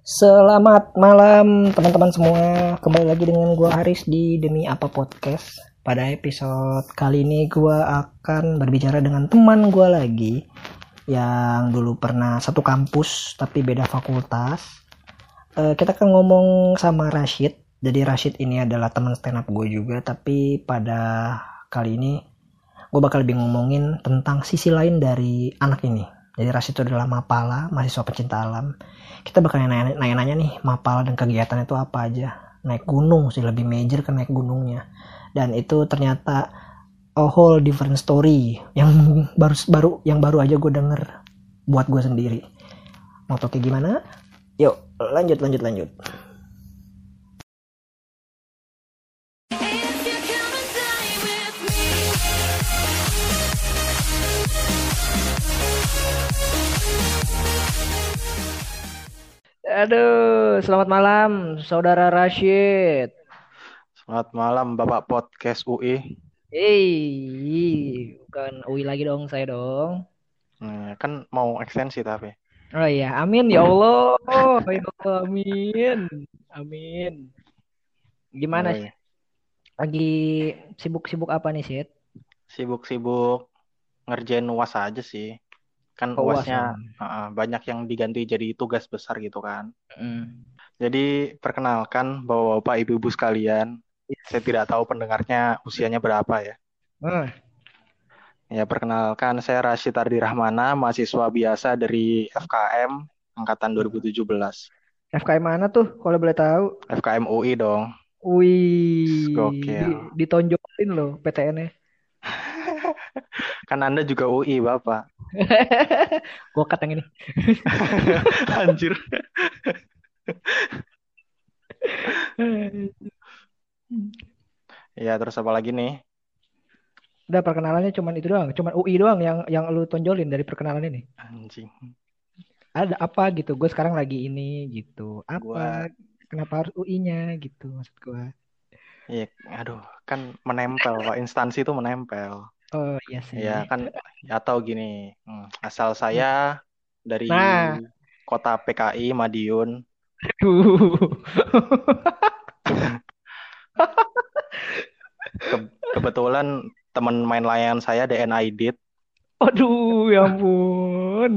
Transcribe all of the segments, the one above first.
Selamat malam teman-teman semua. Kembali lagi dengan gue Haris di Demi Apa Podcast. Pada episode kali ini gue akan berbicara dengan teman gue lagi yang dulu pernah satu kampus tapi beda fakultas. Kita akan ngomong sama Rashid. Jadi Rashid ini adalah teman stand up gue juga, tapi pada kali ini gue bakal lebih ngomongin tentang sisi lain dari anak ini. Jadi Rashid itu adalah Mapala, mahasiswa pecinta alam. Kita bakal nanya-nanya nih, Mapala dan kegiatan itu apa aja. Naik gunung sih, lebih major ke naik gunungnya. Dan itu ternyata a whole different story yang baru aja gue denger buat gue sendiri. Mau tau kayak gimana? Yuk, lanjut. Aduh, selamat malam, saudara Rashid. Selamat malam Bapak Podcast UI. Bukan UI lagi dong, saya dong. Kan mau ekstensi tapi. Oh iya, amin ya Allah. Ya Allah, amin. Amin. Gimana Oh, sih? iya. Lagi sibuk-sibuk apa nih, Sid? Sibuk-sibuk ngerjain UAS aja sih. Kan UAS UASnya ya. banyak yang diganti jadi tugas besar gitu kan. Mm. Jadi perkenalkan Bapak-bapak Ibu-ibu sekalian. Saya tidak tahu pendengarnya usianya berapa ya. Ah, Ya perkenalkan saya Rashid Ardi Rahmana, mahasiswa biasa dari FKM angkatan 2017. FKM mana tuh kalau boleh tahu? FKM UI dong. Wih, Gokil. ditonjokin loh PTN-nya. Kan Anda juga UI, Bapak. Gua cut yang ini. Anjir. Ya, terus apa lagi nih? Udah perkenalannya cuman itu doang, cuman UI doang yang lu tonjolin dari perkenalan ini. Anjing. Ada apa gitu? Gue sekarang lagi ini gitu. Apa? Gua, Kenapa harus UI-nya gitu maksud gue. ya, aduh, kan menempel, Pak. Instansi itu menempel. Oh iya Ya, sih. kan, atau gini, asal saya dari Nah, kota PKI, Madiun. aduh. Kebetulan teman main layangan saya DN Aidit. Aduh, ya ampun.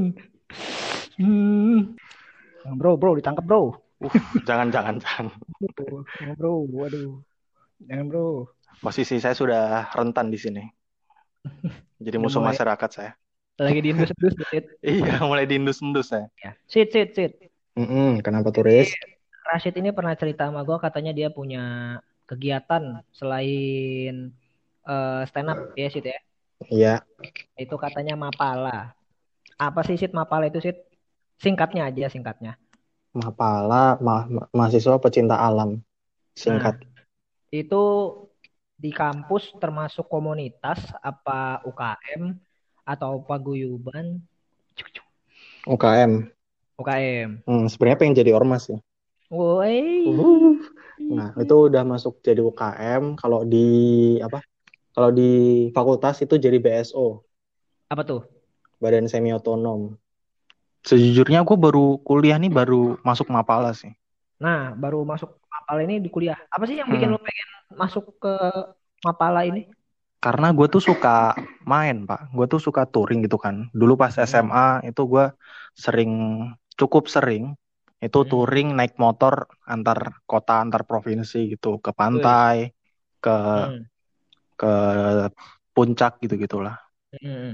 Hmm. Bro, ditangkap bro. Jangan, jangan, jangan. Bro, waduh. Jangan bro. Posisi saya sudah rentan di sini. Jadi Udah musuh mulai masyarakat saya. lagi diindus-indus sit. Iya, mulai diindus-indus saya. Ya. Sit. Kenapa tuh, Jadi Riz? Rashid ini pernah cerita sama gue katanya dia punya kegiatan selain stand up ya Sid ya. Iya. Itu katanya Mapala. Apa sih Sid Mapala itu Sid? Singkatnya aja singkatnya. Mapala, mahasiswa pecinta alam, Nah, singkat. itu di kampus termasuk komunitas apa UKM atau paguyuban? Cuk, cuk. UKM. UKM. Sebenarnya pengen jadi ormas ya. Woi. Uh. Nah, itu udah masuk jadi UKM. Apa? Kalau di fakultas itu jadi BSO, Apa tuh? Badan Semi Otonom. Sejujurnya gue baru kuliah nih, baru masuk Mapala sih. Nah, baru masuk Mapala ini di kuliah. Apa sih yang bikin Hmm. lo pengen masuk ke Mapala ini? Karena gue tuh suka main, Pak. Gue tuh suka touring gitu kan. Dulu pas Hmm. SMA itu gue sering, cukup sering, itu Hmm. touring naik motor antar kota, antar provinsi gitu. Ke Woi. pantai, ke Hmm. ke puncak gitu-gitulah. Hmm.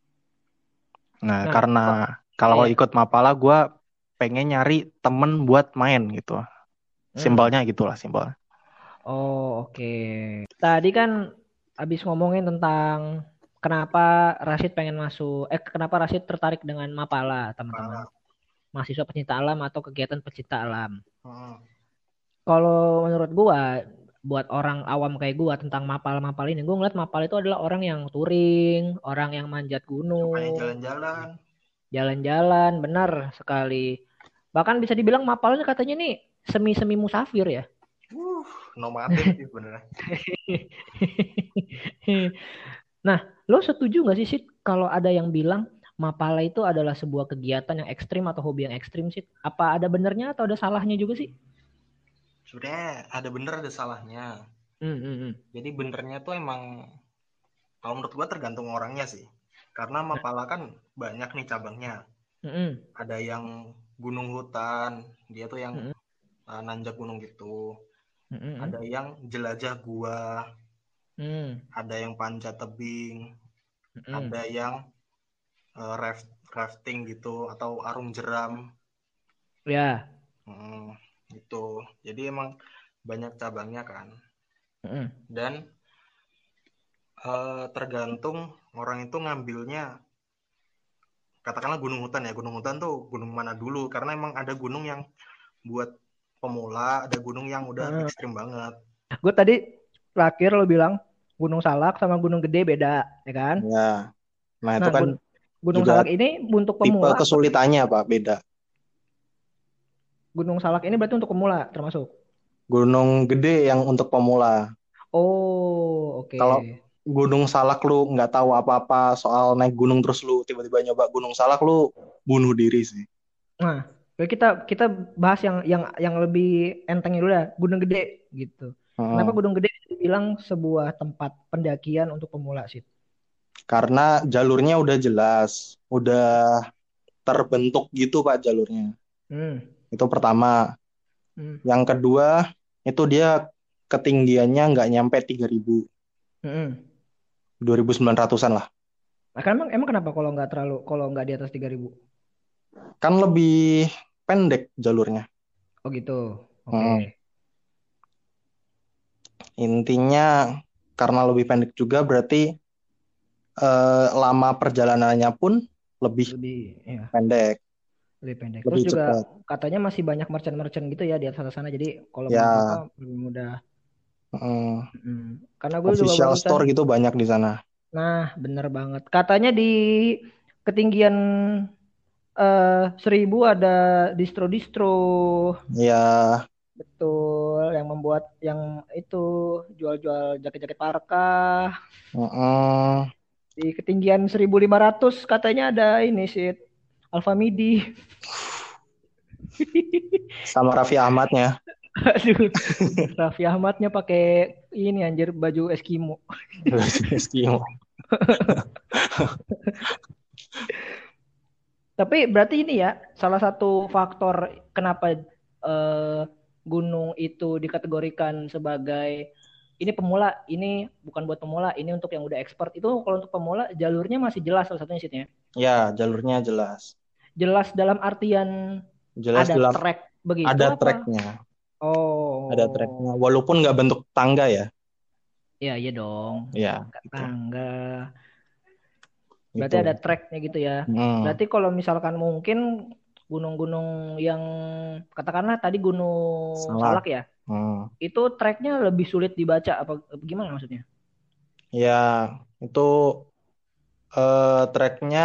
Nah, Nah, karena kok kalau iya. ikut Mapala gue pengen nyari temen buat main gitu. Hmm. Simpelnya gitulah, simpel. Oh, oke. Tadi kan habis ngomongin tentang kenapa Rashid pengen masuk, kenapa Rashid tertarik dengan Mapala, teman-teman. Mahasiswa pecinta alam atau kegiatan pecinta alam. Hmm. Kalau menurut gua, buat orang awam kayak gua tentang Mapal-Mapal ini, gua ngeliat Mapal itu adalah orang yang touring, orang yang manjat Sukanya gunung, jalan-jalan. jalan-jalan, benar sekali. Bahkan bisa dibilang Mapalnya katanya nih semi-semi musafir ya. Uh, Nomaden sih beneran. Nah, lo setuju nggak sih Sid kalau ada yang bilang Mapala itu adalah sebuah kegiatan yang ekstrim atau hobi yang ekstrim sih. Apa ada benernya atau ada salahnya juga sih? Sebenarnya ada bener ada salahnya. Hmm, hmm, hmm. Jadi benernya tuh emang kalau menurut gua tergantung orangnya sih. Karena Mapala kan banyak nih cabangnya. Hmm, hmm, Ada yang gunung hutan, dia tuh yang hmm, nanjak gunung gitu. hmm, hmm, Ada hmm. yang jelajah gua, Hmm, ada yang panjat tebing, hmm. ada yang rafting gitu atau arung jeram. Ya. Gitu. Jadi emang banyak cabangnya kan. Hmm. Dan tergantung orang itu ngambilnya, katakanlah gunung hutan ya. Gunung hutan tuh gunung mana dulu? Karena emang ada gunung yang buat pemula, ada gunung yang udah Hmm. ekstrim banget. Gue tadi terakhir lo bilang Gunung Salak sama Gunung Gede beda, ya kan? Ya, nah itu Nah, kan Gunung juga Salak ini untuk tipe pemula. kesulitannya Pak beda. Gunung Salak ini berarti untuk pemula termasuk. Gunung gede yang untuk pemula. Oh, oke. Kalau Gunung Salak lu nggak tahu apa-apa soal naik gunung terus lu tiba-tiba nyoba Gunung Salak lu bunuh diri sih. Nah, kita kita bahas yang lebih entengnya dulu ya, Gunung Gede gitu. Kenapa Heeh. Gunung Gede dibilang sebuah tempat pendakian untuk pemula sih? Karena jalurnya udah jelas, udah terbentuk gitu Pak jalurnya. Hmm. Itu pertama. Hmm. Yang kedua, itu dia ketinggiannya nggak nyampe 3.000, Hmm. 2.900-an lah. Nah, kan emang kenapa kalau nggak di atas 3.000? Kan lebih pendek jalurnya. Oh gitu. Oke. Heeh. Intinya karena lebih pendek juga berarti lama perjalanannya pun lebih Lebih ya, pendek, lebih pendek. Terus lebih juga cepat. katanya masih banyak merchant-merchant gitu ya di atas sana. Jadi kalau mau apa-apa Ya, lebih mudah. mm, Karena gue juga official barusan. store gitu banyak di sana. Nah, bener banget. Katanya di ketinggian 1.000 ada distro-distro. Ya, Betul, yang membuat yang itu jual-jual jaket-jaket parka. mm, Di ketinggian 1.500 katanya ada ini sih Alfa Midi. sama Raffi Ahmadnya. Aduh, Raffi Ahmadnya pakai ini anjir baju Eskimo. Eskimo. Tapi berarti ini ya salah satu faktor kenapa eh, gunung itu dikategorikan sebagai ini pemula, ini bukan buat pemula, ini untuk yang udah expert. Itu kalau untuk pemula jalurnya masih jelas salah satunya sih ya. Ya, jalurnya jelas. Jelas dalam artian Jelas ada dalam trek begitu ada apa? treknya. Ada treknya. Oh, Walaupun nggak bentuk tangga ya. ya iya dong. Ya, gitu. Tangga. Berarti ada Itu. treknya gitu ya. Hmm, Berarti kalau misalkan mungkin gunung-gunung yang katakanlah tadi Gunung salah. Salak ya, Hmm. itu treknya lebih sulit dibaca apa gimana maksudnya? Ya, itu treknya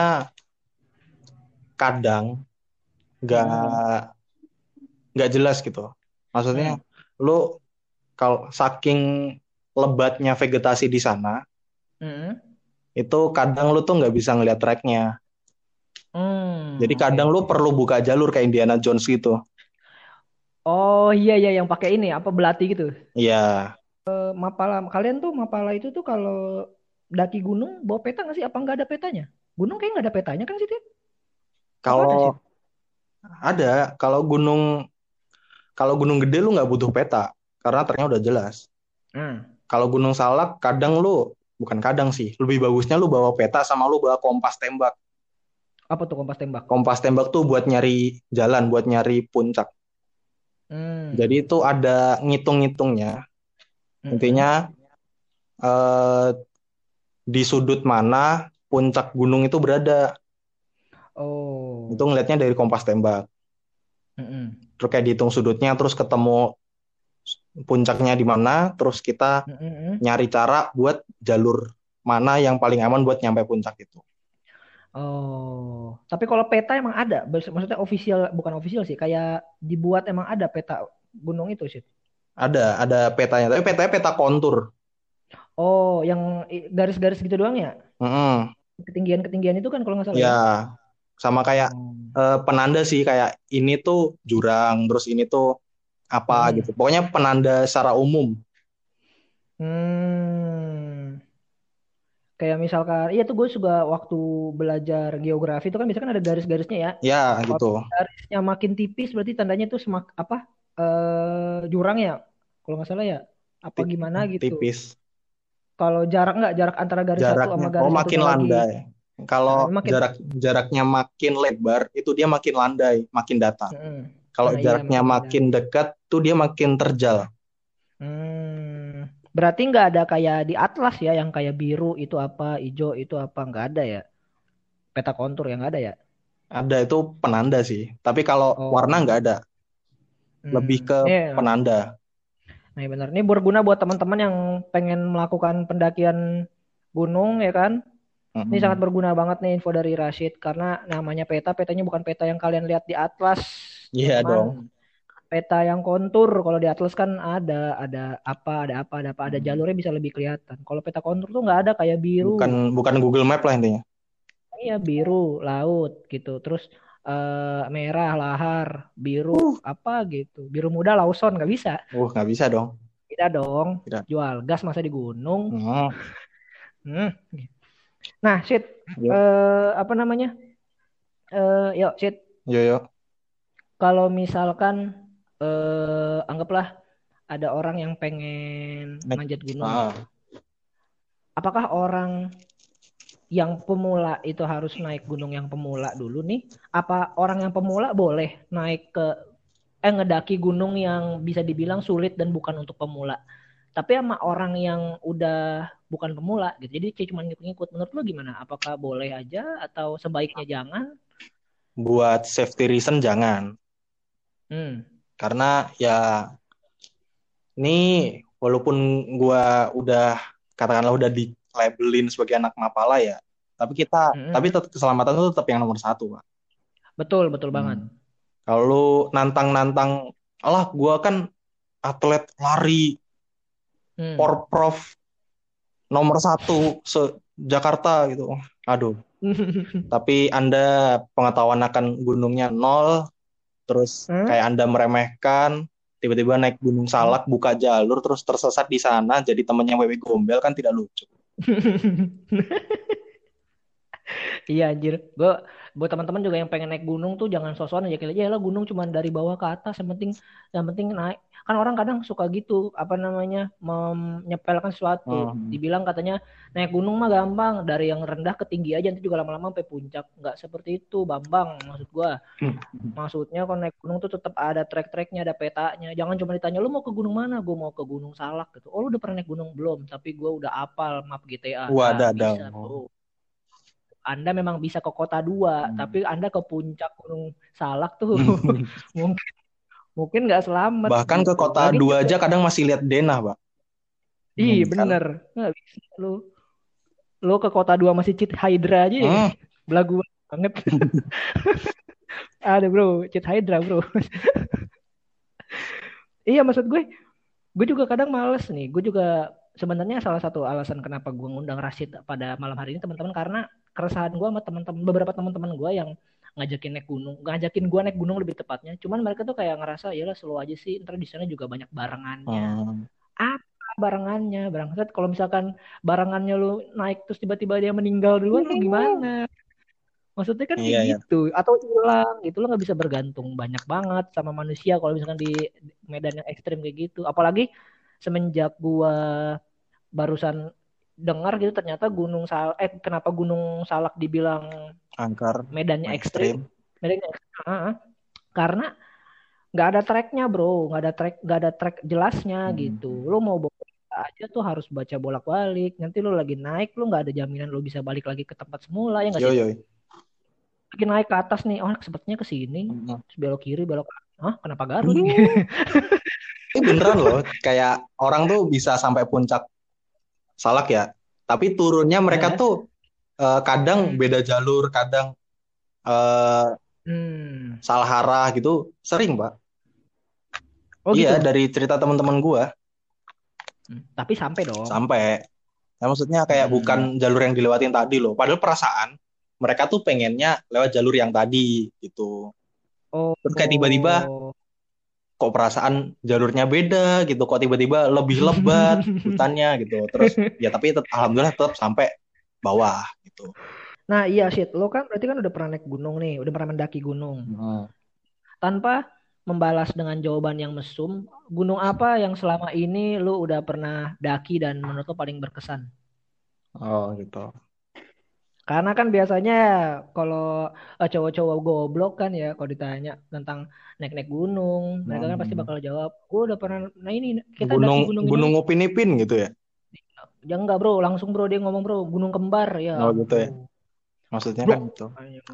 kadang nggak Hmm, nggak jelas gitu. Maksudnya, hmm, lu kalau saking lebatnya vegetasi di sana, hmm, itu kadang lu tuh nggak bisa ngeliat treknya. Jadi oke kadang lu oke. perlu buka jalur kayak Indiana Jones gitu. Oh iya iya yang pakai ini apa belati gitu. Iya, Mapala kalian tuh Mapala itu tuh kalau daki gunung bawa peta nggak sih? Apa nggak ada petanya? Gunung kayak nggak ada petanya kan sih? Tit? Apa ada sih? kalau ada, kalau gunung gede lu nggak butuh peta karena treknya udah jelas. Hmm, Kalau Gunung Salak kadang lu bukan kadang sih, lebih bagusnya lu bawa peta sama lu bawa kompas tembak. apa tuh kompas tembak? Kompas tembak tuh buat nyari jalan, buat nyari puncak. Jadi Hmm, itu ada ngitung-ngitungnya. hmm, Intinya hmm. eh, di sudut mana puncak gunung itu berada. Itu Oh, ngelihatnya dari kompas tembak. hmm, hmm. Terus kayak dihitung sudutnya, terus ketemu puncaknya di mana, terus kita Hmm, hmm, hmm. nyari cara buat jalur mana yang paling aman buat nyampe puncak itu. Oh, tapi kalau peta emang ada, maksudnya official bukan official sih, kayak dibuat emang ada peta gunung itu sih. Ada petanya, tapi petanya peta kontur. Oh, yang garis-garis gitu doang ya? Mm-mm. ketinggian itu kan kalau nggak salah Ya, ya. sama kayak Oh. penanda sih, kayak ini tuh jurang, terus ini tuh apa gitu. Mm-mm. Pokoknya penanda secara umum. Hmm. Kayak misalkan, iya tuh gue juga waktu belajar geografi itu kan biasanya kan ada garis-garisnya ya. Ya, Kalau gitu. garisnya makin tipis berarti tandanya tuh apa? Jurang ya. Kalau nggak salah ya. Apa gimana gitu. Tipis. Kalau jarak nggak jarak antara garis satu Jaraknya, sama oh garis makin satunya lagi. landai. Kalau Makin. jaraknya makin lebar, itu dia makin landai, makin datar. Mm-mm. Kalau Nah iya jaraknya makin landai. makin dekat, tuh dia makin terjal. Berarti nggak ada kayak di atlas ya yang kayak biru itu apa, hijau itu apa nggak ada ya? Peta kontur yang nggak ada ya? Ada itu penanda sih. Tapi kalau warna Oh. nggak ada, lebih ke Nih, penanda. nah iya benar. Ini berguna buat teman-teman yang pengen melakukan pendakian gunung ya kan? Ini sangat Mm-mm. berguna banget nih info dari Rashid karena namanya peta, petanya bukan peta yang kalian lihat di atlas, Iya dong. teman-teman. Peta yang kontur kalau di atlas kan ada Mm. jalurnya bisa lebih kelihatan. Kalau peta kontur tuh nggak ada kayak Bukan biru. bukan Google Map lah intinya. Iya biru laut gitu. Terus merah lahar, biru Uh, apa gitu. Biru muda Lawson nggak bisa. nggak bisa dong. Tidak dong. Tidak. Jual gas masa di gunung. Hmm. Hmm. Nah, Sid, Yuk, apa namanya? Yuk, Sid, yuk, yuk. kalau misalkan anggaplah ada orang yang pengen Nek. manjat gunung. Ah. Apakah orang yang pemula itu harus naik gunung yang pemula dulu nih? Apa orang yang pemula boleh naik ke ngedaki gunung yang bisa dibilang sulit dan bukan untuk pemula? Tapi sama orang yang udah bukan pemula gitu. Jadi kayak cuma ngikut-ngikut. Menurut lo gimana? Apakah boleh aja atau sebaiknya jangan? Buat safety reason jangan. Hmm. Karena ya ini walaupun gua udah katakanlah udah di labelin sebagai anak mapala ya, tapi Mm-mm. tetap keselamatan itu tetap yang nomor satu, Pak. Betul, betul banget. Hmm. Kalau lu nantang-nantang, alah gua kan atlet lari Hmm. porprov nomor satu se Jakarta gitu. Aduh, tapi Anda pengetahuan akan gunungnya nol, terus Hah? kayak Anda meremehkan, tiba-tiba naik Gunung Hmm? Salak, buka jalur, terus tersesat di sana, jadi temennya Wewe Gombel kan tidak lucu. Iya anjir. Gue buat teman-teman juga yang pengen naik gunung tuh jangan sosokan aja kayak ya lah gunung cuma dari bawah ke atas yang penting naik. Kan orang kadang suka gitu apa namanya menyepelekan sesuatu. Hmm. Dibilang katanya naik gunung mah gampang dari yang rendah ke tinggi aja nanti juga lama-lama sampai puncak. Nggak seperti itu, Bambang. Maksud gua. Maksudnya kalau naik gunung tuh tetap ada trek-treknya, ada petanya. Jangan cuma ditanya lu mau ke gunung mana? Gue mau ke Gunung Salak gitu. Oh lu udah pernah naik gunung belum? Tapi gue udah apal map GTA. Nah Wadah, bisa bro. Anda memang bisa ke kota dua, Hmm. tapi Anda ke puncak Gunung Salak tuh mungkin mungkin nggak selamat Bahkan ke gitu. kota Lagi dua juga, aja kadang masih lihat denah, Pak. ih Kan? bener, nggak bisa lu ke kota dua masih cheat Hydra aja ya, Hmm. belagu banget. Ada bro, cheat Hydra bro. Iya maksud gue juga kadang males nih. Gue juga sebenarnya salah satu alasan kenapa gue ngundang Rashid pada malam hari ini teman-teman karena keresahan gue sama teman-teman beberapa teman-teman gue yang ngajakin gue naik gunung lebih tepatnya. Cuman mereka tuh kayak ngerasa ya lah slow aja sih, ntar di sana juga banyak barengannya. Hmm. Apa barengannya? Bangsat kalau misalkan barengannya lu naik terus tiba-tiba dia meninggal duluan lu gimana? Maksudnya kan kayak Iya, ya. gitu atau hilang gitu lo nggak bisa bergantung banyak banget sama manusia kalau misalkan di medan yang ekstrim kayak gitu. Apalagi semenjak gua barusan dengar gitu ternyata kenapa Gunung Salak dibilang Angker, medannya ekstrim? ekstrim. Medannya ekstrim. Karena nggak ada treknya bro, nggak ada trek jelasnya gitu. Hmm. Lo mau bawa aja tuh harus baca bolak-balik. Nanti lo lagi naik lo nggak ada jaminan lo bisa balik lagi ke tempat semula ya nggak Yo, sih? yo. Lagi naik ke atas nih, oh sepertinya ke sini, Hmm. terus belok kiri, belok kanan. Hah, kenapa Garut? Ini beneran loh, kayak orang tuh bisa sampai puncak Salak ya, tapi turunnya mereka Hah? tuh kadang beda jalur, kadang eh, Hmm. salah arah gitu, sering, Pak. Oh Iya, gitu. dari cerita teman-teman gua Tapi sampai dong. sampai. Nah, maksudnya kayak bukan jalur yang dilewatin tadi loh. Padahal perasaan mereka tuh pengennya lewat jalur yang tadi gitu. Oh, Terus kayak tiba-tiba kok perasaan jalurnya beda gitu. Kok tiba-tiba lebih lebat hutannya gitu. Terus ya tapi alhamdulillah tetap sampai bawah gitu. Nah iya shit, lo kan berarti kan udah pernah naik gunung nih, udah pernah mendaki gunung. Hmm. Tanpa membalas dengan jawaban yang mesum, gunung apa yang selama ini lo udah pernah daki dan menurut lo paling berkesan? Oh gitu. Karena kan biasanya kalau cowok-cowok goblok kan ya, kalau ditanya tentang naik-naik gunung, mereka kan pasti bakal jawab, gue udah pernah, nah ini kita daki Gunung gunung ini. Gunung Upin Ipin gitu ya. Ya enggak bro, langsung bro dia ngomong bro, gunung kembar ya Oh gitu ya. ampun. Maksudnya kan Blok. itu.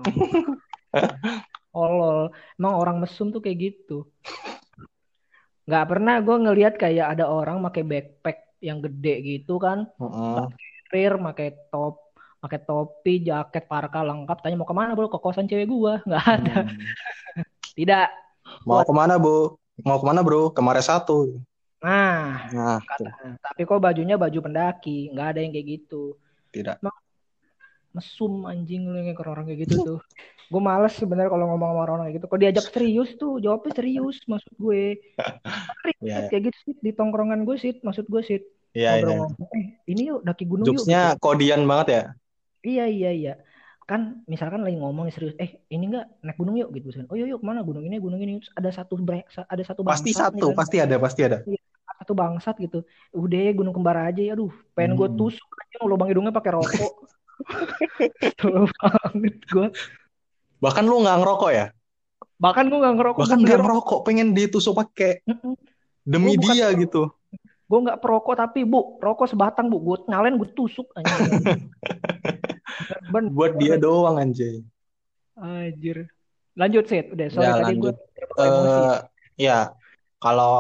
Tolol. Emang orang mesum tuh kayak gitu. Nggak pernah gue ngelihat kayak ada orang pakai backpack yang gede gitu kan, Heeh. carrier, pakai topi, jaket, parka lengkap. Tanya mau kemana bro? Ke kosan cewek gua. Nggak ada. Hmm. Tidak. Mau Kuat. kemana bu? Mau kemana bro? Kemarin satu. Nah, Nah, kata. tuh. Tapi kok bajunya baju pendaki. Nggak ada yang kayak gitu. Tidak. Emang mesum anjing lu yang ke orang kayak gitu tuh. Gue males sebenarnya kalau ngomong sama orang kayak gitu. Kalau diajak serius tuh, jawabnya serius maksud gue. Iya, Sih, ya. kayak gitu sih di tongkrongan gue sih, maksud gue sih Iya, iya. ngobrol-ngobrol. Ini yuk daki gunung yuk Jokesnya gitu. kodian banget ya. Iya iya iya. Kan misalkan lagi ngomong serius, ini enggak naik gunung yuk gitu. Oh yuk yuk kemana gunung ini. Terus ada satu Pasti bangsat nih satu, kan. pasti ada, pasti ada. Iya, satu bangsat gitu. Udah gunung kembar aja ya. Aduh, pengen gue Hmm. tusuk aja lubang hidungnya pakai rokok. Selalu banget gue. Bahkan lu nggak ngerokok ya? Bahkan gue nggak ngerokok, Bahkan gue beli nggak rokok. ngerokok, pengen ditusuk pakai Gue demi bukan dia gitu. gue nggak perokok tapi bu rokok sebatang bu gue nyalain gue tusuk anjing. Bener Buat dia bener. doang anjay. Anjir. Lanjut, Sid. Udah, Ya sorry tadi gue lanjut. terbawa emosi. Ya kalau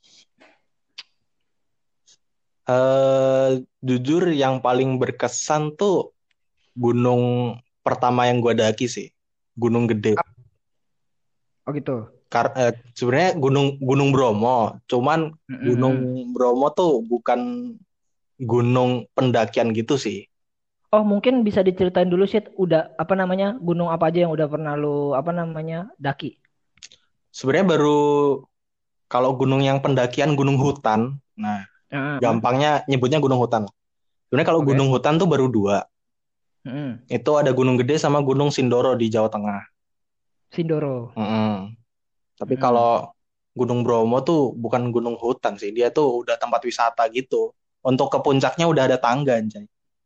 jujur yang paling berkesan tuh gunung pertama yang gue daki sih, Gunung Gede. Oh gitu. Sebenarnya Gunung Gunung Bromo, cuman Gunung Mm-mm. Bromo tuh bukan gunung pendakian gitu sih. Oh mungkin bisa diceritain dulu Sid. Udah apa namanya gunung apa aja yang udah pernah lu apa namanya daki? Sebenarnya baru kalau gunung yang pendakian gunung hutan, nah Heeh. gampangnya nyebutnya gunung hutan. Sebenarnya kalau gunung Oke. hutan tuh baru dua. Mm-mm. Itu ada Gunung Gede sama Gunung Sindoro di Jawa Tengah. Sindoro. Mm-mm. Tapi Mm-mm. kalau Gunung Bromo tuh bukan gunung hutan sih, dia tuh udah tempat wisata gitu. Untuk ke puncaknya udah ada tangga, anjay.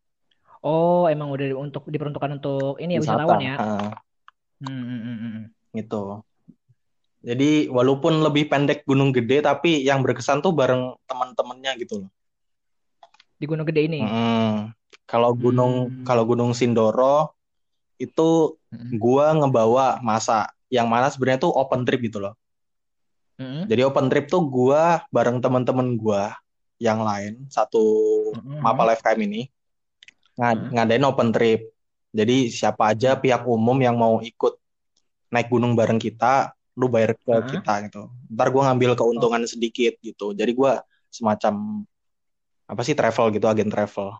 Oh emang udah untuk diperuntukkan untuk ini ya Wisata, wisatawan ya? ha, Hmm. gitu. Jadi walaupun lebih pendek Gunung Gede, tapi yang berkesan tuh bareng teman-temannya gitu loh. Di Gunung Gede ini. Mm-mm. Kalau Hmm. Gunung Sindoro itu Mm-mm. gua ngebawa masa yang mana sebenarnya tuh open trip gitu loh. Mm-mm. Jadi open trip tuh gua bareng teman-teman gua yang lain satu Mm-mm. Mapal FKM ini Mm-mm. ngadain open trip. Jadi siapa aja Mm-mm. pihak umum yang mau ikut naik gunung bareng kita, lu bayar ke Mm-mm. kita gitu. Ntar gue ngambil Oh. keuntungan sedikit gitu. Jadi gue semacam apa sih travel gitu, agen travel.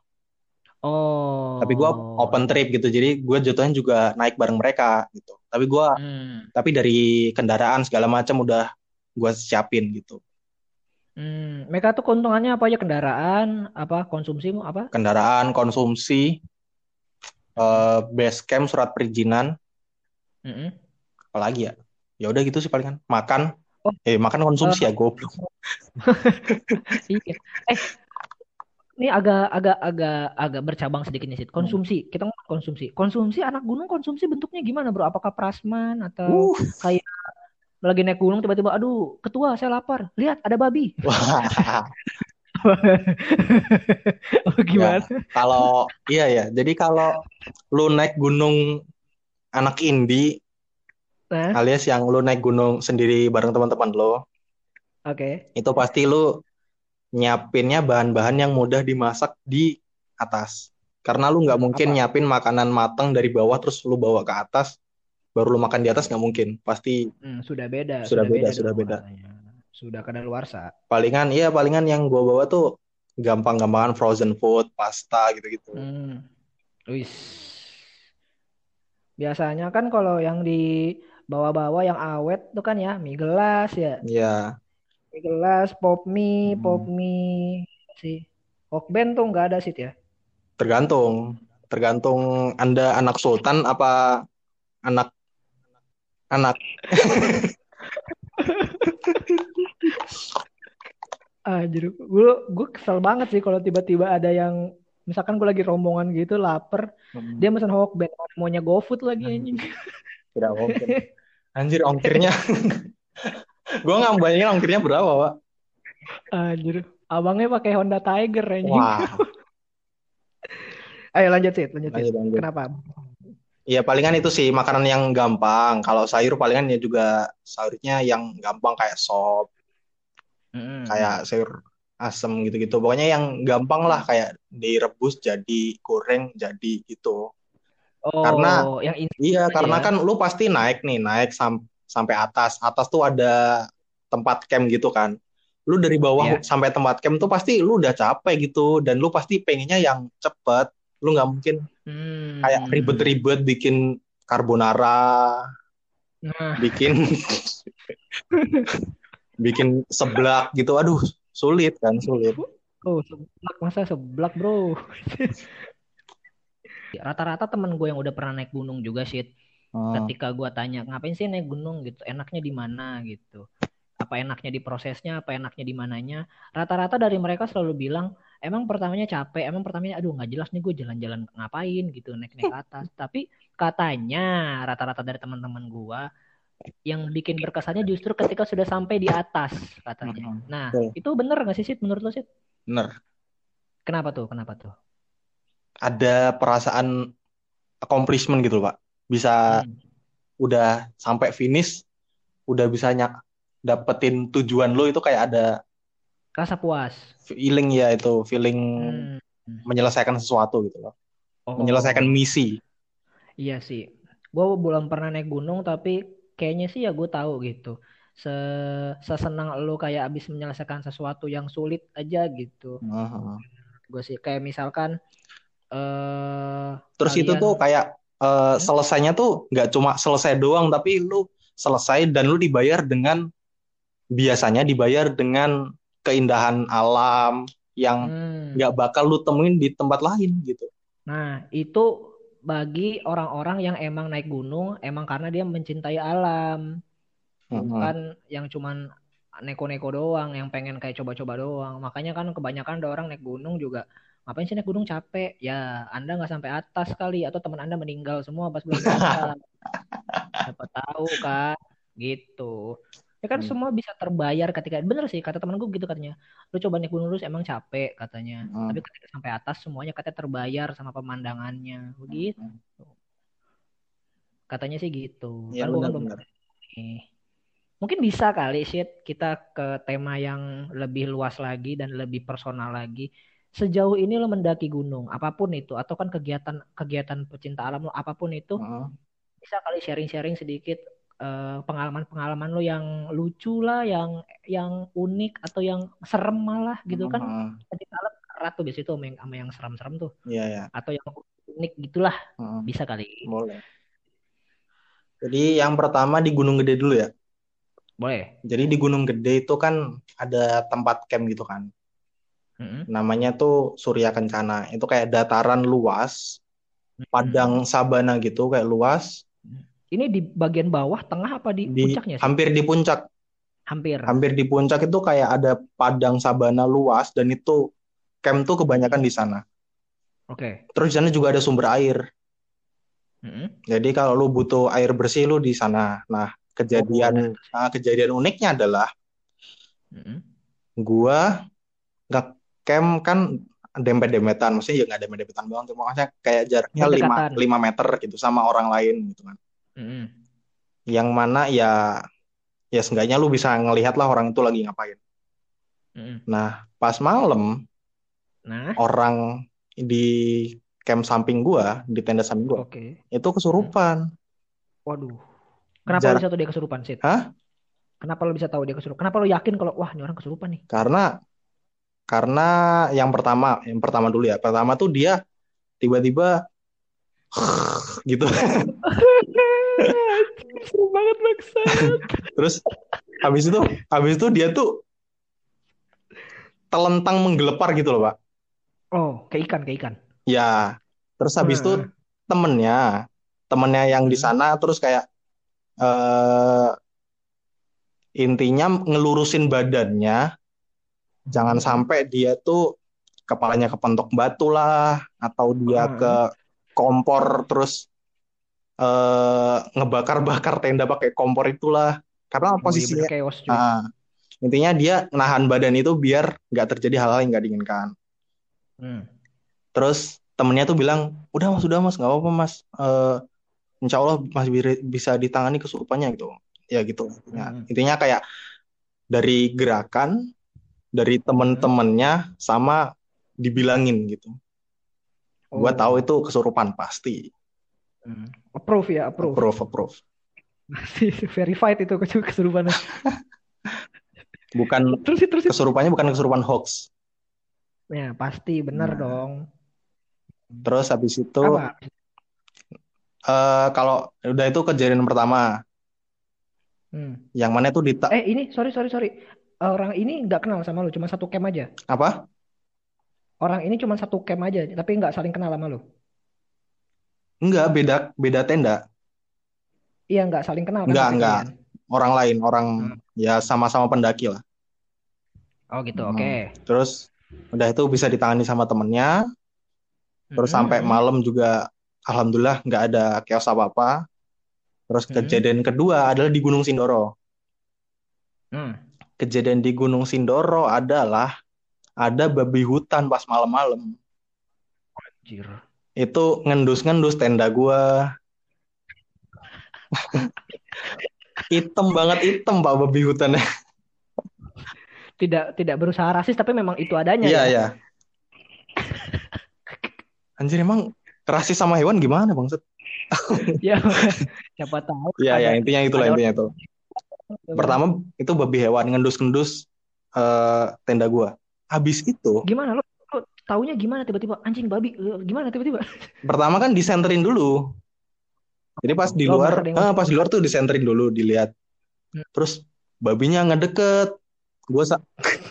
Tapi gue Oh. open trip gitu. Jadi gue jatuhnya juga naik bareng mereka gitu. Hmm. Tapi dari kendaraan segala macam udah gue siapin gitu. Mereka tuh keuntungannya apa aja kendaraan, apa konsumsi apa? Kendaraan, konsumsi, Mm-mm. base camp, surat perizinan, Mm-mm. apalagi ya. Ya udah gitu sih palingan. Oh, Makan eh, konsumsi ya goblok. iya. Eh, ini agak bercabang sedikit nih, Sid. Konsumsi. Kita ngomong konsumsi. Konsumsi anak gunung konsumsi bentuknya gimana, Bro? Apakah prasman atau Uh. kayak lagi naik gunung tiba-tiba, aduh, ketua, saya lapar. Lihat, ada babi. Wah. Oh, Ya, gimana? kalau iya ya. Jadi kalau lu naik gunung anak indie Nah, alias yang lu naik gunung sendiri bareng teman-teman lo, oke. itu pasti lu nyiapinnya bahan-bahan yang mudah dimasak di atas. Karena lu nggak mungkin Apa? nyiapin makanan matang dari bawah terus lu bawa ke atas, baru lu makan di atas nggak mungkin. Pasti sudah Sudah beda, beda sudah dong beda. rasanya. Sudah kadaluarsa. Palingan yang gua bawa tuh gampang-gampangan frozen food, pasta gitu-gitu. Hmm. Wis. Biasanya kan kalau yang di bawah-bawah yang awet tuh kan ya mie gelas ya. Iya. Mie gelas, pop Hmm. mie sih. Hokben tuh nggak ada sih ya. Tergantung, tergantung Anda anak sultan apa anak-anak. Anjir, gue kesel banget sih kalau tiba-tiba ada yang misalkan gue lagi rombongan gitu lapar, Hmm. dia mesen Hokben, maunya GoFood lagi anjing. Tidak mungkin. Anjir, ongkirnya. Gue nggak bayangin ongkirnya berapa, Pak. Anjir, abangnya pakai Honda Tiger anjing. Wah, Ayo lanjut sih, lanjut sih. lanjut lanjut. Kenapa? Iya, palingan itu sih makanan yang gampang. Kalau sayur palingan ya juga sayurnya yang gampang kayak sop, kayak Mm-mm. sayur asem gitu-gitu. Pokoknya yang gampang lah kayak direbus jadi, goreng jadi gitu. Karena Oh, yang iya, instan aja karena ya. kan lu pasti naik nih, naik sampai atas. Atas tuh ada tempat camp gitu kan. Lu dari bawah Ya. sampai tempat camp tuh pasti lu udah capek gitu dan lu pasti pengennya yang cepet. Lu nggak mungkin kayak Hmm. ribet-ribet bikin carbonara, Nah, bikin bikin seblak gitu. Aduh, sulit kan, sulit. oh seblak masa seblak bro. Rata-rata temen gue yang udah pernah naik gunung juga sih. Hmm. Ketika gue tanya ngapain sih naik gunung gitu, enaknya di mana gitu. Apa enaknya di prosesnya, apa enaknya di mananya. Rata-rata dari mereka selalu bilang, emang pertamanya capek, emang pertamanya aduh nggak jelas nih gue jalan-jalan ngapain gitu, naik-naik ke atas. Tapi katanya rata-rata dari teman-teman gue yang bikin berkesannya justru ketika sudah sampai di atas katanya. Hmm. Nah, Betul. itu bener nggak sih Sid menurut lo Sid? Bener. Kenapa tuh? Kenapa tuh? Ada perasaan accomplishment gitu, Pak. Bisa Hmm, udah sampai finish, udah bisa dapetin tujuan lo itu kayak ada rasa puas. feeling ya itu, feeling Hmm. menyelesaikan sesuatu gitu loh. Menyelesaikan Oh, misi. iya sih. Gue belum pernah naik gunung tapi kayaknya sih ya gue tahu gitu. Se Sesenang lu kayak abis menyelesaikan sesuatu yang sulit aja gitu. Heeh. Gue sih kayak misalkan Terus itu kalian tuh kayak hmm? selesainya tuh nggak cuma selesai doang, tapi lu selesai dan lu dibayar dengan biasanya dibayar dengan keindahan alam yang Hmm. nggak bakal lu temuin di tempat lain gitu. Nah, itu bagi orang-orang yang emang naik gunung emang karena dia mencintai alam, Heeh. bukan yang cuman neko-neko doang, yang pengen kayak coba-coba doang. Makanya kan kebanyakan ada orang naik gunung juga, ngapain sih naik gunung capek? Ya, Anda nggak sampai atas kali, atau teman Anda meninggal semua pas belum di atas. Siapa tahu kan, gitu. Ya kan semua bisa terbayar ketika, bener sih kata temen gue gitu katanya. Lu coba naik gunung terus emang capek katanya. Heeh. Tapi ketika sampai atas semuanya katanya terbayar sama pemandangannya. Begitu. Katanya sih gitu. Iya Kan gue kan belum benar-benar. pernah nih. Mungkin bisa kali sih kita ke tema yang lebih luas lagi dan lebih personal lagi. Sejauh ini lo mendaki gunung, apapun itu, atau kan kegiatan kegiatan pecinta alam lo, apapun itu, Heeh. bisa kali sharing-sharing sedikit pengalaman-pengalaman lo yang lucu lah, yang unik atau yang serem malah gitu kan. Heeh. Pecinta alam ratu biasa itu sama yang serem-serem tuh, Iya ya. atau yang unik gitulah, Heeh. bisa kali. Boleh. Jadi yang pertama di Gunung Gede dulu ya. Boleh. Jadi di Gunung Gede itu kan ada tempat camp gitu kan. Mm-mm. Namanya tuh Surya Kencana. Itu kayak dataran luas, padang Mm-mm. sabana gitu kayak luas Ini di bagian bawah, tengah apa di di puncaknya sih? hampir di puncak. Hampir. Hampir di puncak itu kayak ada padang sabana luas dan itu camp tuh kebanyakan Mm-mm. di sana. Oke. Terus di sana juga ada sumber air. Mm-mm. Jadi kalau lu butuh air bersih lu di sana. Nah, Oh, kejadian enak. kejadian uniknya adalah Mm-mm. gua nggak camp kan dempet-dempetan, maksudnya ya nggak dempet-dempetan doang, cuma maksudnya kayak jaraknya Berdekatan. 5 meter gitu sama orang lain gitu kan. Mm-mm. Yang mana ya seenggaknya lu bisa ngelihat lah orang itu lagi ngapain. Mm-mm. Nah, pas malam Nah, orang di camp samping gua, di tenda samping gua, oke. itu Mm. kesurupan. Waduh. Kenapa lo Jarak, bisa tahu dia kesurupan, Sid? hah? Kenapa lo bisa tahu dia kesurupan? Kenapa lo yakin kalau wah ini orang kesurupan nih? Karena Karena yang pertama dulu ya. Pertama tuh dia tiba-tiba gitu. Seru banget bangsat. Terus habis itu dia tuh telentang menggelepar gitu loh, Pak. Oh, kayak ikan, kayak ikan. Ya. Terus habis itu Heeh. temennya temennya yang di Hmm. sana terus kayak eh, intinya ngelurusin badannya, jangan Hmm. sampai dia tuh kepalanya kepentok batu lah atau dia Heeh. ke kompor terus ngebakar-bakar tenda pakai kompor itulah. Karena Oh iya bener posisinya chaos cuy. ah, intinya dia nahan badan itu biar nggak terjadi hal-hal yang nggak diinginkan. Hmm. Terus temennya tuh bilang, udah mas, nggak apa-apa mas. Insya Allah masih bisa ditangani kesurupannya gitu. Ya gitu. Hmm. Intinya kayak dari gerakan, dari Hmm. temen-temennya sama dibilangin gitu. Gua tahu Oh. itu kesurupan pasti. Hmm. Approve ya, approve. Approve, approve. Masih verified itu kesurupannya. Bukan Terusin. kesurupannya bukan kesurupan hoax. Ya pasti bener Nah, dong. terus habis itu Apa? kalau udah itu kejadian pertama, Hmm. yang mana itu Ini sorry. Orang ini nggak kenal sama lu, cuma satu camp aja. apa? Orang ini cuma satu camp aja, tapi nggak saling kenal sama lu. Enggak, beda beda tenda. Iya nggak saling kenal kan tapi Enggak. kalian. Orang lain, orang Hmm. ya sama-sama pendaki lah. Oh gitu, oke. Hmm. Terus udah itu bisa ditangani sama temennya. Terus sampai Hmm. malam juga alhamdulillah nggak ada chaos apa-apa. Terus Hmm. kejadian kedua adalah di Gunung Sindoro. Hmm. Kejadian di Gunung Sindoro adalah ada babi hutan pas malam-malam. Anjir. Itu ngendus-ngendus tenda gua. Hitam Pak babi hutannya. Tidak berusaha rasis tapi memang itu adanya Iya, ya. iya. Anjir emang rasis sama hewan gimana Bang? Ya siapa tahu Iya, ya ada intinya orang itu. gitu kan. Pertama itu babi hewan ngendus-ngendus tenda gua. Habis itu Gimana lo taunya gimana tiba-tiba anjing babi gimana tiba-tiba? pertama kan disenterin dulu. Jadi Oh, merasa ada yang pas di luar mencurigakan. tuh disenterin dulu, dilihat. Hmm. Terus babinya ngedeket. Gua sa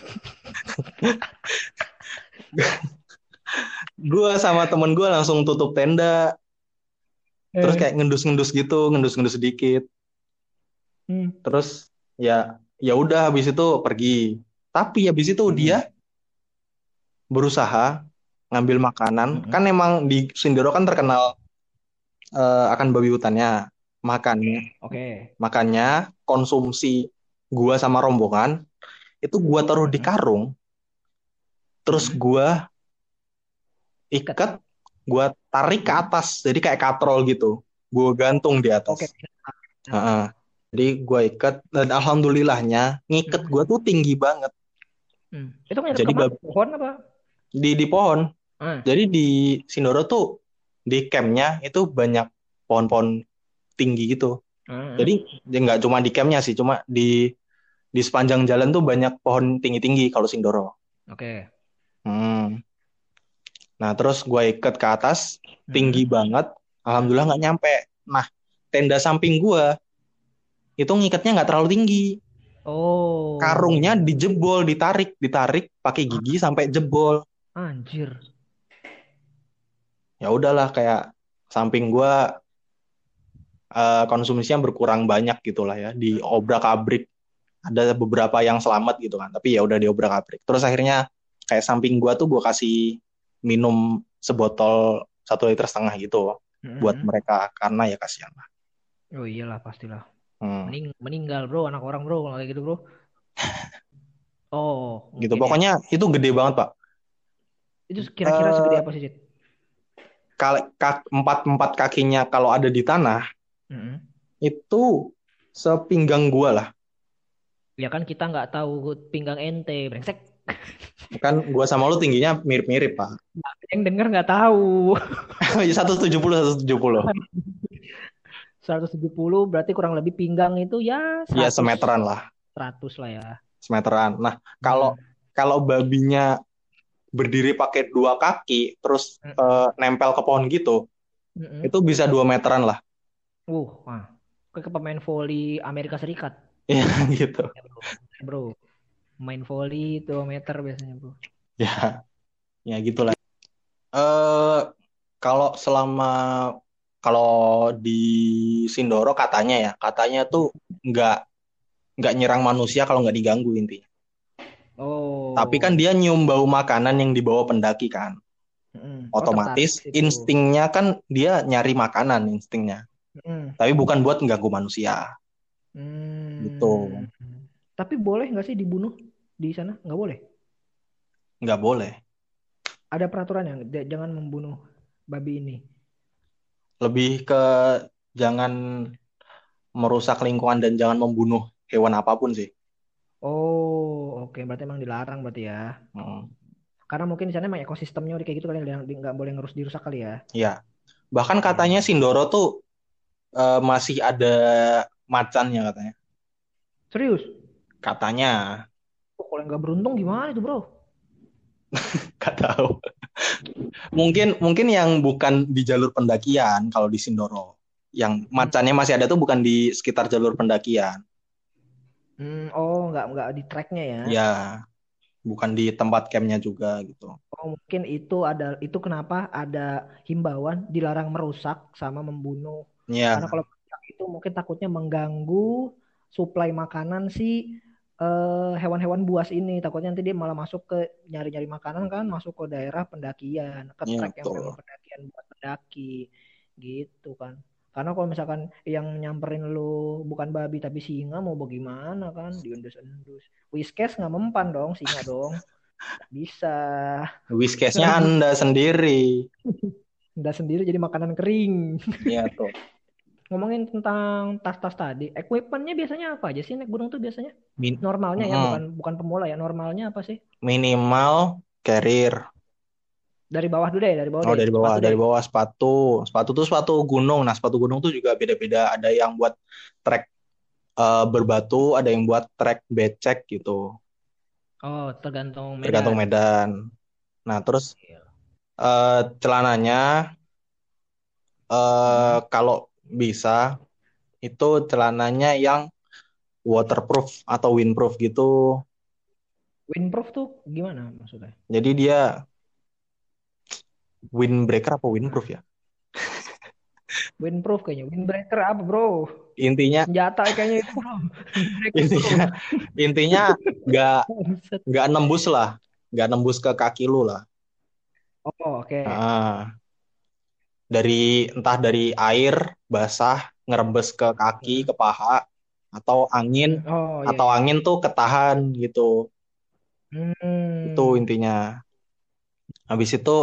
gua sama temen gua langsung tutup tenda. Terus Eh. kayak ngendus-ngendus gitu, ngendus-ngendus sedikit. Hmm. Terus ya udah habis itu pergi. Tapi habis itu Hmm. dia berusaha ngambil makanan. Hmm. Kan emang di Sindoro kan terkenal akan babi hutannya. Makannya, Oke. makanya konsumsi gua sama rombongan itu gua taruh di Hmm. karung, terus Hmm. gua Ikat. ikat, gua tarik ke Hmm. atas. Jadi kayak katrol gitu. Gua gantung di atas. Oke. Heeh. Jadi gua ikat dan alhamdulillahnya ngikat Hmm. gua tuh tinggi banget. Hmm. Itu ngadep Jadi ke mana? Pohon apa? di pohon. Ah. Jadi di Sindoro tuh di campnya itu banyak pohon-pohon tinggi gitu. Ah. Jadi ya nggak cuma di campnya sih, cuma di sepanjang jalan tuh banyak pohon tinggi-tinggi kalau Sindoro. Oke. Hmm. Nah terus gue ikat ke atas tinggi Hmm. banget, alhamdulillah Hmm. nggak nyampe. Nah tenda samping gue itu ngikatnya nggak terlalu tinggi, karungnya Oh. dijebol, ditarik pakai Ah, gigi sampai jebol. anjir. Ya udahlah kayak samping gue konsumsinya berkurang banyak gitulah ya, di obrak-abrik. Ada beberapa yang selamat gitu kan, tapi ya udah diobrak-abrik. Terus akhirnya kayak samping gua tuh gua kasih minum sebotol 1,5 liter gitu buat Hmm. mereka karena ya kasihan lah. Oh iyalah pastilah. Hmm, Meninggal bro anak orang bro kalau kayak gitu bro. Oh gitu mungkin ya. pokoknya itu gede banget Pak. Itu kira-kira segede eh apa sih Cid? empat empat kakinya kalau ada di tanah Hmm. itu sepinggang gua lah. Ya kan kita nggak tahu pinggang ente brengsek. Kan gua sama lu tingginya mirip-mirip Pak. Yang denger nggak tahu. 170, 170. 170 berarti kurang lebih pinggang itu ya Ya 100 semeteran lah, 100 lah ya. semeteran. Nah kalau Hmm. kalau babinya berdiri pakai dua kaki terus Mm-mm. nempel ke pohon gitu, Mm-mm. itu bisa 2 meteran lah. Wah, kayak ke pemain volley Amerika Serikat. Ya gitu. Ya, bro. Bro, main volley 2 meter biasanya, bro. Ya, ya gitulah. Eh kalau selama kalau di Sindoro katanya tuh nggak nggak nyerang manusia kalau nggak diganggu intinya. Tapi kan Oh, dia nyium bau makanan yang dibawa pendaki kan. oh tertarik ke Otomatis situ. instingnya kan dia nyari makanan instingnya. Mm. Tapi bukan buat mengganggu manusia. Gitu. Hmm. Tapi boleh nggak sih dibunuh di sana? Nggak boleh. Nggak boleh. Ada peraturan yang jangan membunuh babi ini. Lebih ke jangan merusak lingkungan dan jangan membunuh hewan apapun sih. Oh, oke. Berarti emang dilarang berarti ya. Hmm. Karena mungkin di sana emang ekosistemnya udah kayak gitu kali yang nggak boleh ngerus dirusak kali ya. Ya. Bahkan katanya Hmm. Sindoro tuh masih ada macannya katanya. Serius? Katanya. Oh, kalau nggak beruntung gimana itu bro? Gak tahu. Mungkin mungkin yang bukan di jalur pendakian kalau di Sindoro. Yang Hmm. macannya masih ada tuh bukan di sekitar jalur pendakian. Oh, nggak di tracknya ya. Ya, bukan di tempat campnya juga gitu. Oh, mungkin itu kenapa ada himbauan dilarang merusak sama membunuh. Karena Ya, kalau merusak itu mungkin takutnya mengganggu suplai makanan si hewan-hewan buas ini. Takutnya nanti dia malah masuk ke nyari-nyari makanan kan, masuk ke daerah pendakian, ke ya trek yang memang betul. pendakian buat pendaki gitu kan. Karena kalau misalkan yang nyamperin lu bukan babi tapi singa mau bagaimana kan, diendus-endus. Whiskas nggak mempan dong singa dong. Nggak bisa. Whiskesnya Ngerebut Anda sendiri. Anda sendiri jadi makanan kering. Ya tuh. Ngomongin tentang tas-tas tadi, equipmentnya biasanya apa aja sih naik gunung tuh biasanya? Normalnya ya, bukan Mm-mm. bukan pemula ya. Normalnya apa sih? Minimal carrier. Dari bawah dulu deh, dari bawah Oh deh. Sepatu dari deh. bawah sepatu. Sepatu tuh sepatu gunung. Nah sepatu gunung tuh juga beda-beda. Ada yang buat trek berbatu, ada yang buat trek becek gitu. Oh, tergantung Tergantung medan. medan. Nah terus Iya. celananya Mm-mm. kalau bisa itu celananya yang waterproof atau windproof gitu. Windproof tuh gimana maksudnya? Jadi dia windbreaker apa windproof ya? Windproof kayaknya. Windbreaker apa bro? Intinya Senjata kayaknya itu bro. Windbreaker bro. intinya intinya nggak Buset. nggak nembus lah, nggak nembus ke kaki lu lah. Oh, oke. Ah, dari air basah ngerembes ke kaki, Mm. ke paha, atau angin Oh iya atau iya. angin tuh ketahan gitu. Itu Hmm. intinya. Habis itu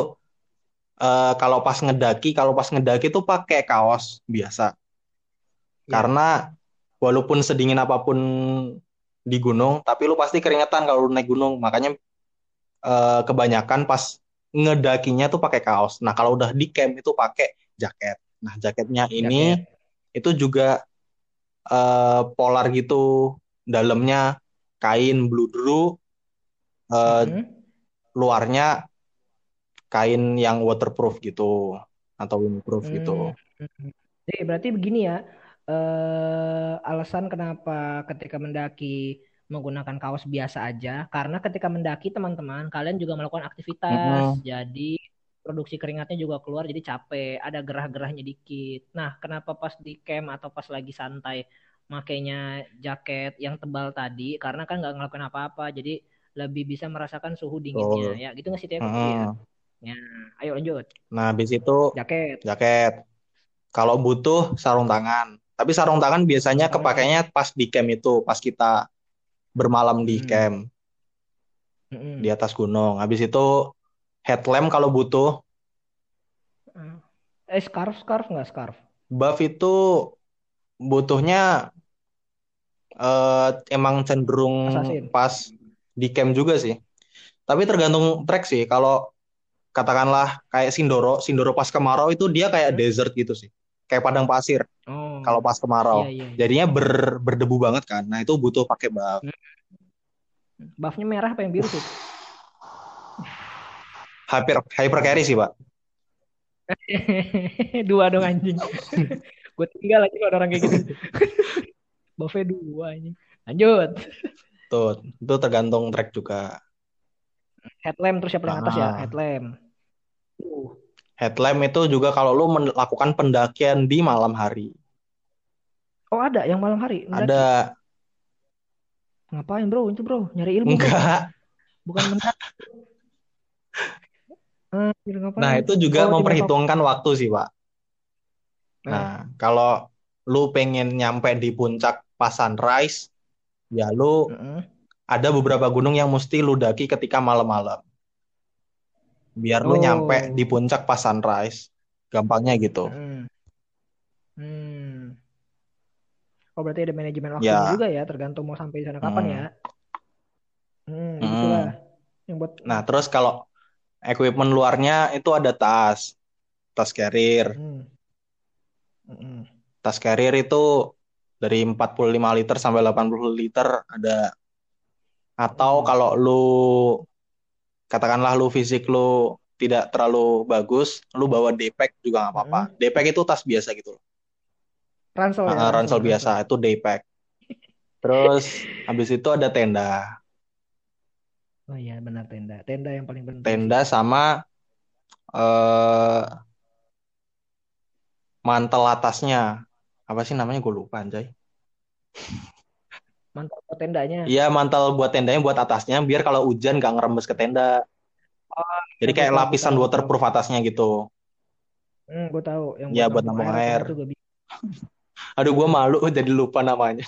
kalau pas ngedaki tuh pakai kaos biasa. Ya. Karena walaupun sedingin apapun di gunung, tapi lu pasti keringetan kalau lu naik gunung. Makanya kebanyakan pas ngedakinya tuh pakai kaos. Nah, kalau udah di camp itu pakai jaket. Nah, jaketnya ini Jaket. itu juga polar gitu. Dalamnya kain bludru, eh, Mm-mm. luarnya kain yang waterproof gitu atau windproof gitu. Hmm. Jadi berarti begini ya, alasan kenapa ketika mendaki menggunakan kaos biasa aja, karena ketika mendaki teman-teman kalian juga melakukan aktivitas, Mm-mm. jadi produksi keringatnya juga keluar, jadi capek, ada gerah-gerahnya dikit. Nah, kenapa pas di camp atau pas lagi santai makainya jaket yang tebal tadi, karena kan nggak ngelakuin apa-apa, jadi lebih bisa merasakan suhu dinginnya, Betul. ya gitu nggak sih Teo kurang lebih ya? Mm-mm. Ya, ayo lanjut. Nah, habis itu Jaket, jaket. Kalau butuh sarung tangan. Tapi sarung tangan biasanya sarung tangan. kepakainya pas di camp itu, pas kita bermalam di Hmm. camp di Mm-mm. atas gunung. Habis itu headlamp kalau butuh. Scarf, scarf nggak scarf? Buff itu butuhnya emang cenderung Assassin. pas di camp juga sih. Tapi tergantung trek sih. Kalau katakanlah kayak Sindoro, Sindoro pas kemarau itu dia kayak Hmm? desert gitu sih. Kayak padang pasir kalau Oh, pas kemarau. iya iya iya. Jadinya berdebu banget kan. Nah, itu butuh pakai buff. Hmm. Buffnya merah apa yang biru tuh? Hyper carry sih, Pak. Dua dong anjing. Gue tinggal lagi kalau ada orang kayak gitu. Buffet dua anjing. Lanjut. Tuh, itu tergantung track juga. Headlamp terus yang paling atas ya, Ah, headlamp. Uh. headlamp itu juga kalau lu melakukan pendakian di malam hari. Oh ada yang malam hari mendaki. Ada. Ngapain bro? Itu bro, nyari ilmu bro. Enggak. Bukan mendaki. Nah, Ngapain? itu juga Oh tim evakuasi. memperhitungkan waktu sih, Pak. Nah, Eh. kalau lu pengen nyampe di puncak pas sunrise, ya lu Mm-mm. ada beberapa gunung yang mesti lu daki ketika malam-malam. Biar lu nyampe di Oh. puncak pas sunrise. Gampangnya gitu. Mm-mm. Hmm. Oh berarti ada manajemen waktunya Ya. juga ya, tergantung mau sampai di sana kapan ya. Mm, Begitulah. mm. Yang buat. Nah, terus kalau equipment luarnya itu ada tas carrier. Hmm. Mm-mm. Tas carrier itu dari 45 liter sampai 80 liter ada. Atau Mm. kalau lu katakanlah lu fisik lu tidak terlalu bagus, lu bawa D-pack juga nggak apa-apa. Mm-mm. D-pack itu tas biasa gitu loh. Ransel ya, ransel, Ransel biasa ransel. itu D-pack. Terus habis itu ada tenda. Oh iya benar tenda. Tenda yang paling penting sih. Tenda sama eh, mantel atasnya. Apa sih namanya? Gue lupa anjay. Mantap tendanya. Iya, mantel buat tendanya buat atasnya biar kalau hujan nggak ngerembes ke tenda. Oh Jadi iya kayak gue lapisan tahu, gue tahu. waterproof atasnya gitu. Gue tahu yang Ya buat buat nampung nampung air atau apa air. tuh gak bisa. Aduh, gue malu jadi lupa namanya.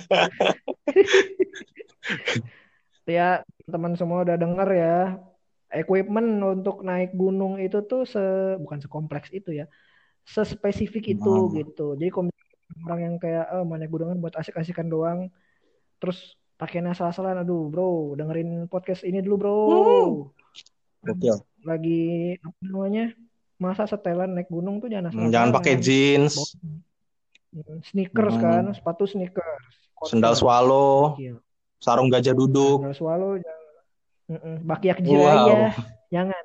Ya teman semua udah denger ya. Equipment untuk naik gunung itu tuh bukan sekompleks itu ya. Sespesifik itu Hmm. gitu. Jadi kalau misalnya orang yang kayak mau naik gunungan buat asik-asikan doang, terus pakainya salah-salah, aduh bro, dengerin podcast ini dulu bro. Hmm. Gokil. Lagi apa namanya? Masa setelan naik gunung tuh jangan Jangan pakai asal-asalan. jeans, Bawa sneakers kan, hmm, sepatu sneakers, sendal Converse, swallow, gokil. sarung gajah duduk. Sandal swallow, Bakyak Wow. Jiraya, jangan,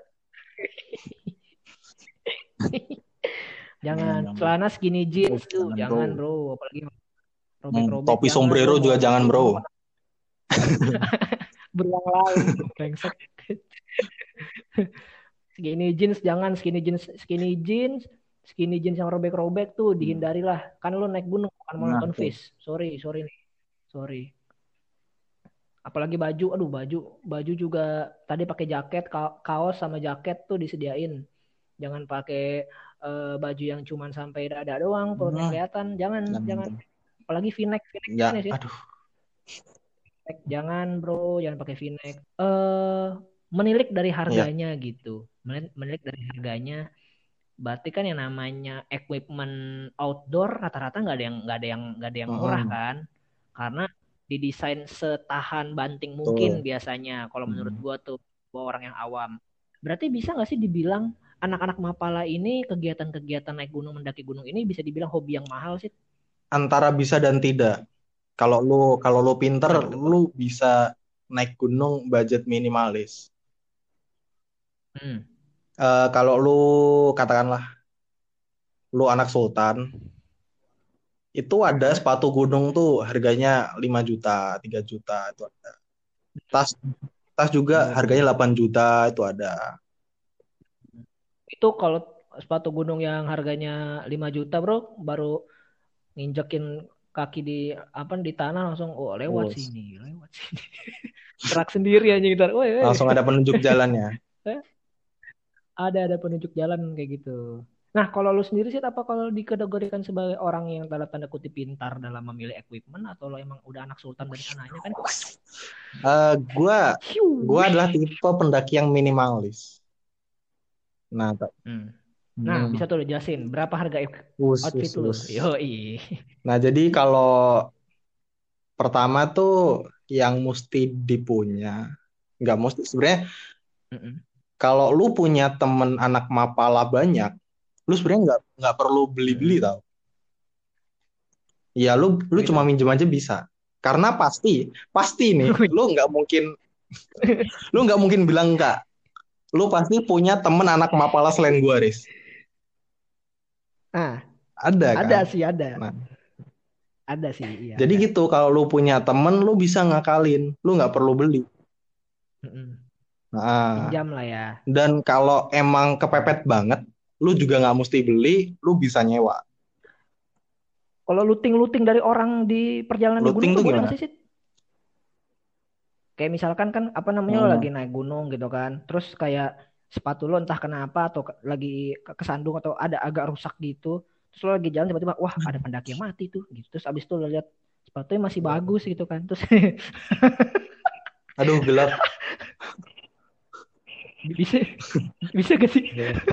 Jangan, jangan. jangan. Celana skinny jeans tuh, Jangan bro. jangan bro, apalagi robek-robek, Topi jangan bro, sombrero mau juga jangan lu mau bro. berulang laut, brengsek. Skinny jeans, skinny jeans yang robek-robek tuh Hmm. dihindarilah. Kan lu naik gunung bukan mau Nah nonton tuh. fish. Sorry, sorry nih, sorry. Apalagi baju, aduh baju juga tadi pakai jaket, kaos sama jaket tuh disediain. Jangan pakai baju yang cuman sampai dada doang, perutnya Hmm. kelihatan. Jangan, Jangan jangan. tuh. Apalagi V-neck, Ya, jangan ya sih. aduh. Jangan bro, jangan pakai V-neck. Menilik dari Ya. harganya gitu. Menilik dari harganya. Berarti kan yang namanya equipment outdoor rata-rata nggak ada yang murah Mm-mm. kan? Karena didesain setahan banting mungkin Tuh. biasanya. Kalau menurut Hmm. gua tuh gua orang yang awam. Berarti bisa nggak sih dibilang anak-anak Mapala ini kegiatan-kegiatan naik gunung mendaki gunung ini bisa dibilang hobi yang mahal sih? Antara bisa dan tidak. Kalau lu pinter, Oh gitu. lu bisa naik gunung budget minimalis. Hmm. Kalau lu katakanlah lu anak sultan, itu ada Hmm. sepatu gunung tuh harganya 5 juta, 3 juta itu ada. Tas tas juga harganya Oh. 8 juta itu ada. Itu kalau sepatu gunung yang harganya 5 juta, Bro, baru nginjekin kaki di apa di tanah langsung oh lewat Terus sini, lewat sini. Gerak sendiri aja gitu. Woi, woi. langsung ada penunjuk jalannya. Ada penunjuk jalan kayak gitu. Nah, kalau lu sendiri sih apa kalau dikategorikan sebagai orang yang tanda tanda kutip pintar dalam memilih equipment atau lo emang udah anak sultan dari sananya kan? Gua Hiu. gua adalah tipe pendaki yang minimalis. Nah, Hmm. Nah, bisa hmm, tuh lu jelasin berapa harga outfit lu? us. Yoi. Nah, jadi kalau pertama tuh yang mesti dipunya, nggak mesti sebenarnya Mm-mm. kalau lu punya temen anak mapala banyak, lu sebenarnya nggak perlu beli-beli Mm-mm. tau. Ya lu Oh cuma gitu. minjem aja bisa. Karena pasti pasti nih, lu nggak mungkin bilang enggak. Lu pasti punya temen anak Mapala selain gua, Riz. Ah, Ada ada kan? sih, ada. Nah, Ada sih, iya jadi ada. gitu, kalau lu punya temen, lu bisa ngakalin. Lu nggak perlu beli. Mm-mm. Nah, Pinjam lah ya. dan kalau emang kepepet banget, lu juga nggak mesti beli, lu bisa nyewa. Kalau looting-looting dari orang di perjalanan di gunung Looting tuh tuh boleh gimana? nggak sih, Sid? Kayak misalkan kan apa namanya lo lagi Hmm. naik gunung gitu kan. Terus kayak sepatu lo entah kenapa atau lagi kesandung atau ada agak rusak gitu. Terus lo lagi jalan tiba-tiba wah ada pendaki yang mati tuh gitu. Terus abis itu lo lihat sepatunya masih bagus gitu kan. Terus Aduh, gelap. bisa bisa gak sih?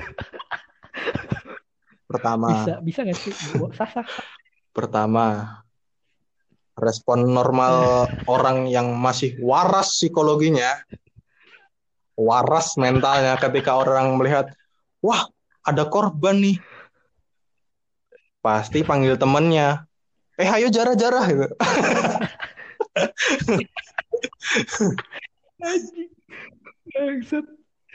Bisa Pertama, bisa gak sih? Sah sah. pertama, respon normal orang yang masih waras psikologinya, waras mentalnya ketika orang melihat, wah, ada korban nih. Pasti panggil temennya. Ayo jarah-jarah gitu. Anjing, bangsat.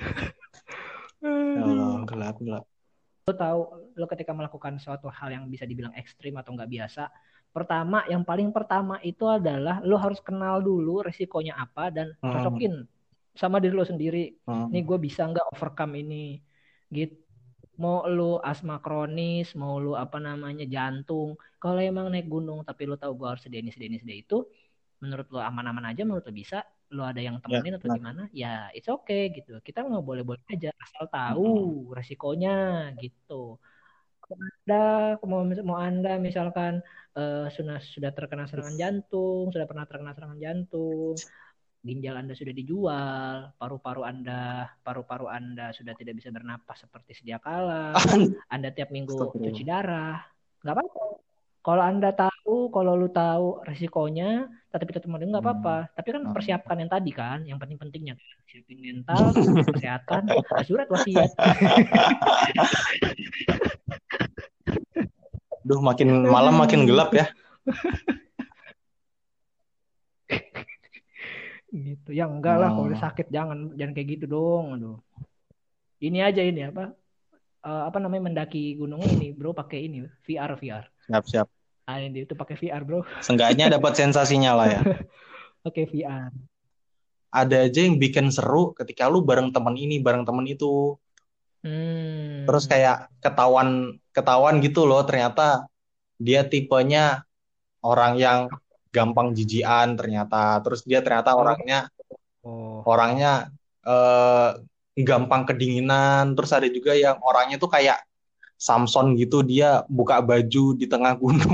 Ya Allah, Aduh. gelap, gelap. Lo tahu lo ketika melakukan suatu hal yang bisa dibilang ekstrim atau nggak biasa, pertama yang paling pertama itu adalah lo harus kenal dulu resikonya apa dan Hmm, cocokin sama diri lo sendiri. Nih hmm, gue bisa nggak overcome ini, gitu. Mau lo asma kronis, mau lo apa namanya jantung, kalau emang naik gunung tapi lo tahu gue harus sedia ini sedia ini sedia itu, menurut lo aman-aman aja, menurut lo bisa, lo ada yang ya, temenin atau benar. gimana, ya it's okay gitu. Kita nggak boleh-boleh aja asal tahu Hmm, resikonya gitu. Anda mau Anda misalkan sudah terkena serangan jantung, sudah pernah terkena serangan jantung, ginjal Anda sudah dijual, paru-paru Anda sudah tidak bisa bernapas seperti sedia kala, Anda tiap minggu cuci Astagfirullah. darah, nggak apa-apa. Kalau Anda tahu, kalau lu tahu resikonya, tapi tetap mau nggak apa-apa. Hmm, Tapi kan hmm. persiapkan yang tadi kan, yang penting-pentingnya siapin mental, kesehatan, surat wasiat. Duh, makin malam makin Aduh, gelap ya. gitu. Ya enggak lah, kalau udah Hmm. sakit jangan jangan kayak gitu dong. Aduh. Ini aja ini apa? Apa namanya mendaki gunungnya ini, bro, pakai ini VR VR. Siap, siap. Ah, ini itu pakai VR, bro. Seenggaknya dapat sensasinya lah ya. Pakai VR. Ada aja yang bikin seru ketika lu bareng teman ini, bareng teman itu. Terus Hmm. kayak ketahuan ketahuan gitu loh, ternyata dia tipenya orang yang gampang jijian ternyata. Terus dia ternyata Oh, orangnya oh. orangnya eh, gampang kedinginan. Terus ada juga yang orangnya tuh kayak Samson gitu, dia buka baju di tengah gunung.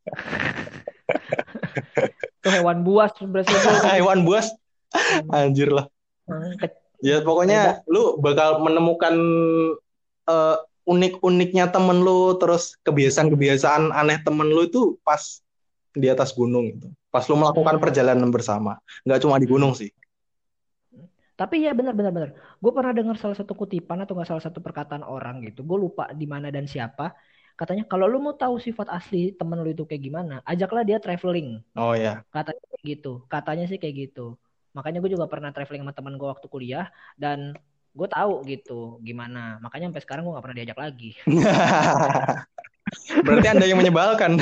Itu hewan buas berarti bro itu. Hewan buas, Hmm. anjir lah. Ya Kayak dah. pokoknya lu bakal menemukan eh, unik-uniknya temen lu, terus kebiasaan-kebiasaan aneh temen lu itu pas di atas gunung itu. Pas lu melakukan Hmm. perjalanan bersama. Nggak cuma di Hmm. gunung sih. Tapi ya benar-benar benar. Gue pernah dengar salah satu kutipan atau nggak salah satu perkataan orang gitu. Gue lupa di mana dan siapa. Katanya kalau lu mau tahu sifat asli temen lu itu kayak gimana, ajaklah dia traveling. Oh ya. Katanya kayak gitu. Katanya sih kayak gitu. Makanya gue juga pernah traveling sama teman gue waktu kuliah dan gue tahu gitu gimana. Makanya sampai sekarang gue nggak pernah diajak lagi. Berarti Anda yang menyebalkan.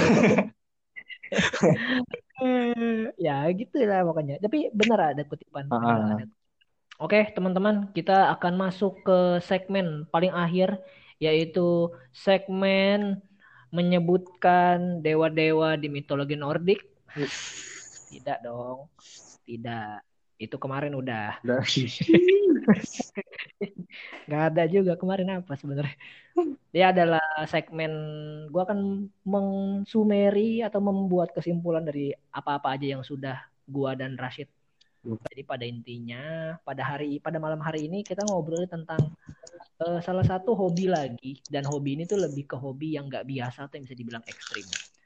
Ya gitu lah pokoknya. Tapi benar ada kutipan, benar Ah, ada. Oke, teman-teman, kita akan masuk ke segmen paling akhir, yaitu segmen menyebutkan dewa-dewa di mitologi Nordik. Tidak dong, tidak. Itu kemarin udah. dari Nggak ada juga kemarin apa sebenarnya. Dia adalah segmen, gua akan mensumeri atau membuat kesimpulan dari apa-apa aja yang sudah gua dan Rashid. Jadi pada intinya, pada malam hari ini kita ngobrol tentang salah satu hobi lagi, dan hobi ini tuh lebih ke hobi yang nggak biasa atau yang bisa dibilang ekstrim.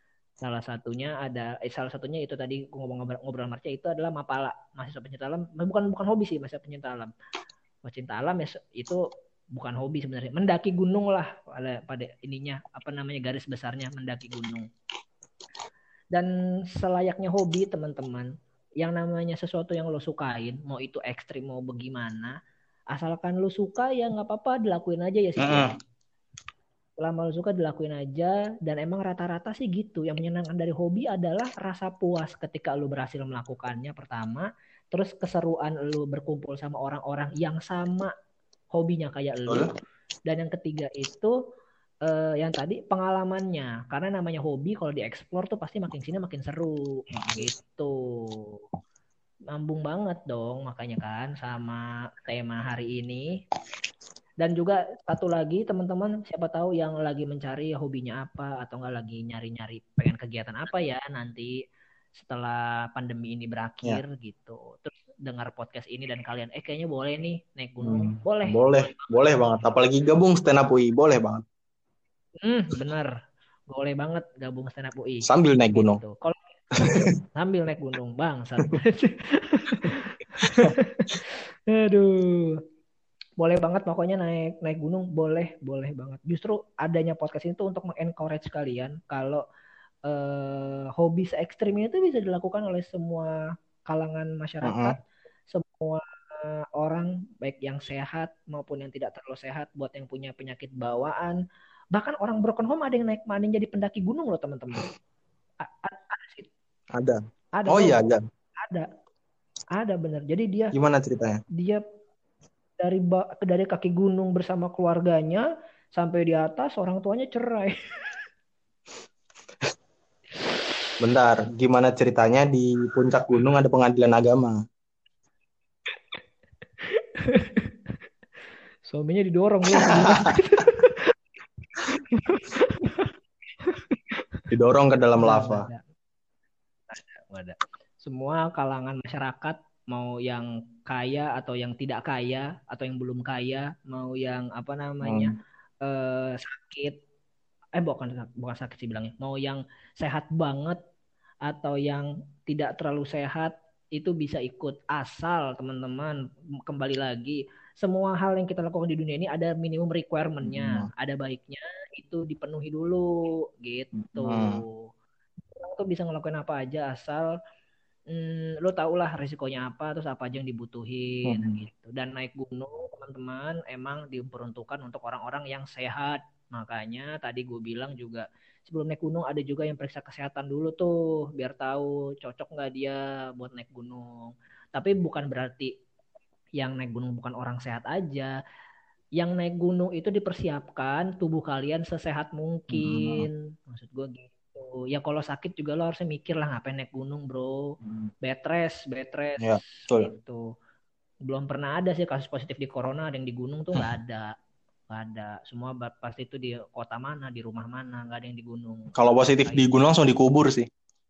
Salah satunya itu tadi ngobrol Marcia itu adalah Mapala, mahasiswa pencinta alam. Bukan hobi sih, mahasiswa pencinta alam. Pencinta alam ya itu bukan hobi sebenarnya. Mendaki gunung lah pada ininya, apa namanya, garis besarnya mendaki gunung. Dan selayaknya hobi teman-teman, yang namanya sesuatu yang lo sukain, mau itu ekstrim mau bagaimana, Asalkan lu suka ya nggak apa-apa, dilakuin aja ya sih ya. Selama lu suka dilakuin aja, dan emang rata-rata sih gitu. Yang menyenangkan dari hobi adalah rasa puas ketika lu berhasil melakukannya pertama, terus keseruan lu berkumpul sama orang-orang yang sama hobinya kayak lu, Betul. dan yang ketiga itu yang tadi pengalamannya, karena namanya hobi kalau dieksplor tuh pasti makin sini makin seru gitu. Nyambung banget dong makanya kan sama tema hari ini. Dan juga satu lagi teman-teman, siapa tahu yang lagi mencari hobinya apa atau enggak lagi nyari-nyari pengen kegiatan apa ya nanti setelah pandemi ini berakhir Ya. gitu. Terus dengar podcast ini dan kalian kayaknya boleh nih naik gunung. Boleh, Boleh, boleh banget. boleh banget. Apalagi gabung stand up UI, boleh banget. Bener. Boleh banget gabung stand up UI Sambil naik gunung. gitu. Kalau sambil naik gunung, bangsat. Aduh. Boleh banget pokoknya naik naik gunung, boleh boleh banget. Justru adanya podcast ini tuh untuk mengencourage kalian kalau hobi se ekstrim ini tuh bisa dilakukan oleh semua kalangan masyarakat, Mm-mm. semua orang baik yang sehat maupun yang tidak terlalu sehat, buat yang punya penyakit bawaan, bahkan orang broken home ada yang naik, ada yang jadi pendaki gunung loh teman-teman. Ada sih, Ada. ada Oh bro, iya, ada. ada ada bener. Jadi dia Gimana ceritanya? dia dari kaki gunung bersama keluarganya sampai di atas orang tuanya cerai. Bentar, gimana ceritanya di puncak gunung ada pengadilan agama? Suaminya didorong bro ke gunung. Didorong ke dalam Enggak, lava. enggak ada. Semua kalangan masyarakat, mau yang kaya atau yang tidak kaya atau yang belum kaya, mau yang apa namanya Hmm. sakit, bukan bukan sakit sih bilangnya, mau yang sehat banget atau yang tidak terlalu sehat, itu bisa ikut asal teman-teman, kembali lagi semua hal yang kita lakukan di dunia ini ada minimum requirement-nya, Hmm. ada baiknya itu dipenuhi dulu gitu. Hmm. Orang tuh bisa ngelakuin apa aja asal lo tau lah resikonya apa, terus apa aja yang dibutuhin Hmm. gitu. Dan naik gunung teman-teman emang diperuntukkan untuk orang-orang yang sehat. Makanya tadi gue bilang juga sebelum naik gunung ada juga yang periksa kesehatan dulu tuh biar tahu cocok nggak dia buat naik gunung. Tapi bukan berarti yang naik gunung bukan orang sehat aja. Yang naik gunung itu dipersiapkan tubuh kalian sesehat Hmm. mungkin. Maksud gue gitu. Ya kalau sakit juga lo harusnya mikir lah ngapain naik gunung bro. Hmm. Bed rest Ya, betul. gitu. Belum pernah ada sih kasus positif di corona ada yang di gunung tuh nggak ada. Nggak ada. Semua pasti itu di kota mana, di rumah mana, nggak ada yang di gunung. Kalau positif di Kayak gunung langsung dikubur sih.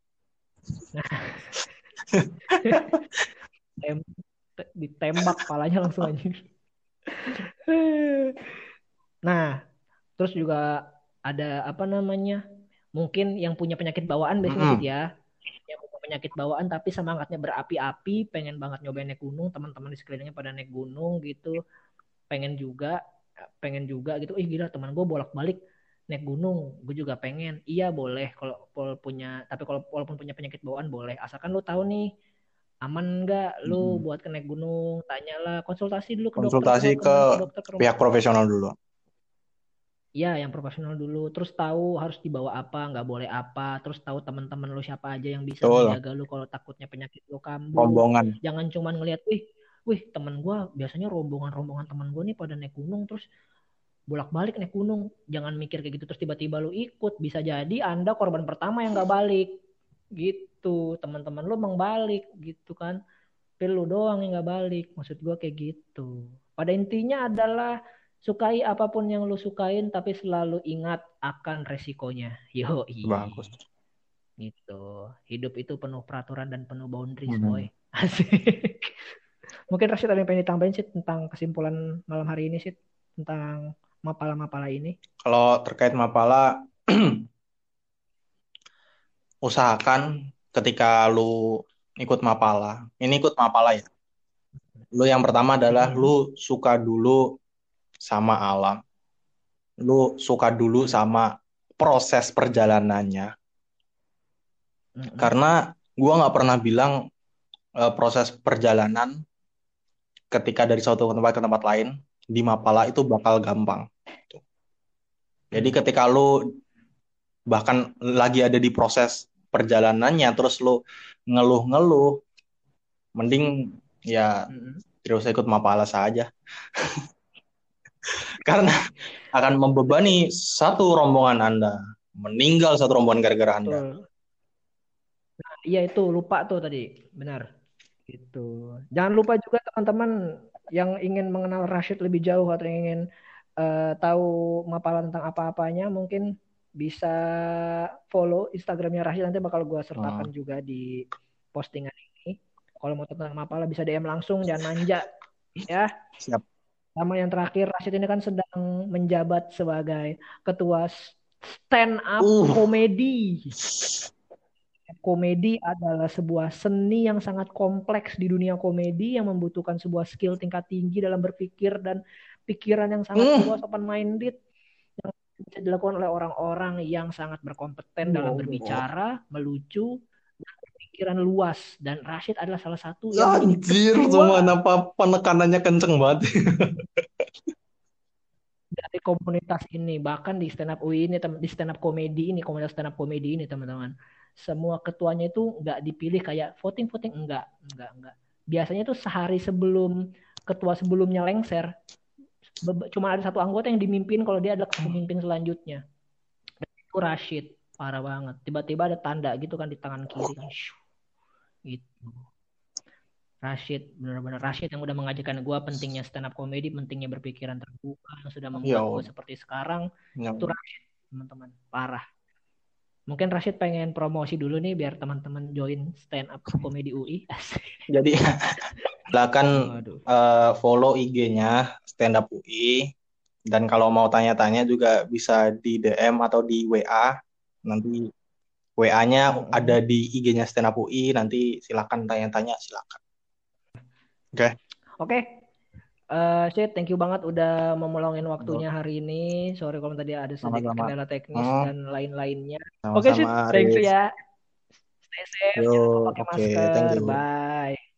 ditembak palanya langsung aja. Nah, terus juga ada apa namanya? Mungkin yang punya penyakit bawaan biasanya sih Mm-mm. ya. Yang punya penyakit bawaan tapi semangatnya berapi-api, pengen banget nyobain naik gunung, teman-teman di sekelilingnya pada naik gunung gitu, pengen juga, pengen juga gitu. Ih gila teman gue bolak-balik naik gunung, gue juga pengen. Iya boleh kalau punya, tapi kalau walaupun punya penyakit bawaan boleh, asalkan lu tahu nih aman nggak lu Mm-mm. buat ke naik gunung, tanyalah konsultasi dulu ke dokter, Konsultasi ke teman ke dokter, ke rumah pihak profesional dulu. ya yang profesional dulu, terus tahu harus dibawa apa nggak boleh apa, terus tahu teman-teman lu siapa aja yang bisa Betul. menjaga lu kalau takutnya penyakit lu kambuh. Rombongan. Jangan cuman ngelihat wih wih teman gue, biasanya rombongan-rombongan teman gue nih pada naik gunung terus bolak-balik naik gunung. Jangan mikir kayak gitu terus tiba-tiba lu ikut, bisa jadi anda korban pertama yang nggak balik gitu. Teman-teman lu emang balik gitu kan, tapi lu doang yang nggak balik, maksud gue kayak gitu. Pada intinya adalah sukai apapun yang lu sukain tapi selalu ingat akan resikonya. Bagus. Gitu. Hidup itu penuh peraturan dan penuh boundaries boy. Hmm. Asik. Mungkin Rashid ada yang pengen ditambahin sih tentang kesimpulan malam hari ini sih, tentang mapala-mapala ini. Kalau terkait Mapala, usahakan ketika lu ikut Mapala, ini ikut Mapala ya. Lu yang pertama adalah Mm-mm. lu suka dulu sama alam. Lu suka dulu Mm-mm. sama proses perjalanannya. Mm-mm. Karena gua nggak pernah bilang proses perjalanan ketika dari suatu tempat ke tempat lain di Mapala itu bakal gampang. Jadi ketika lu bahkan lagi ada di proses perjalanannya terus lu ngeluh-ngeluh, mending ya terus ikut Mapala saja. Karena akan membebani satu rombongan Anda, meninggal satu rombongan gara-gara Anda. Betul. Nah, iya itu lupa tuh tadi, benar. Gitu. Jangan lupa juga teman-teman yang ingin mengenal Rashid lebih jauh atau yang ingin tahu Mapala tentang apa-apanya, mungkin bisa follow Instagramnya Rashid, nanti bakal gue sertakan juga di postingan ini. Kalau mau tentang Mapala bisa DM langsung, jangan manja ya. Siap. Sama yang terakhir, Rashid ini kan sedang menjabat sebagai ketua stand up komedi. Komedi adalah sebuah seni yang sangat kompleks di dunia komedi yang membutuhkan sebuah skill tingkat tinggi dalam berpikir dan pikiran yang sangat luas, open minded, yang bisa dilakukan oleh orang-orang yang sangat berkompeten dalam berbicara, melucu, dan pikiran luas. Dan Rashid adalah salah satu yang anjir, semua kenapa penekanannya kenceng banget. Dari komunitas ini, bahkan di stand up UI ini, di stand up komedi ini, komunitas stand up komedi ini teman-teman, semua ketuanya itu nggak dipilih kayak voting enggak. Biasanya tuh sehari sebelum ketua sebelumnya lengser, cuma ada satu anggota yang dimimpin kalau dia adalah pemimpin selanjutnya. Dan itu Rashid, parah banget. Tiba-tiba ada tanda gitu kan di tangan kiri kan, gitu. Rashid, benar-benar Rashid yang udah mengajarkan gue pentingnya stand up comedy, pentingnya berpikiran terbuka, yang sudah membuat gue seperti sekarang. Itu Rashid, teman-teman, parah. Mungkin Rashid pengen promosi dulu nih biar teman-teman join stand up comedy UI. Jadi silakan follow IG-nya stand up UI, dan kalau mau tanya-tanya juga bisa di DM atau di WA. Nanti WA-nya ada di IG-nya stand up UI, nanti silakan tanya-tanya, silakan. Oke. Syed, thank you banget udah meluangin waktunya hari ini. Sorry kalau tadi ada sedikit kendala teknis dan lain-lainnya. Oke, Syed, thank you ya. Stay safe, jangan lupa pakai masker. Bye.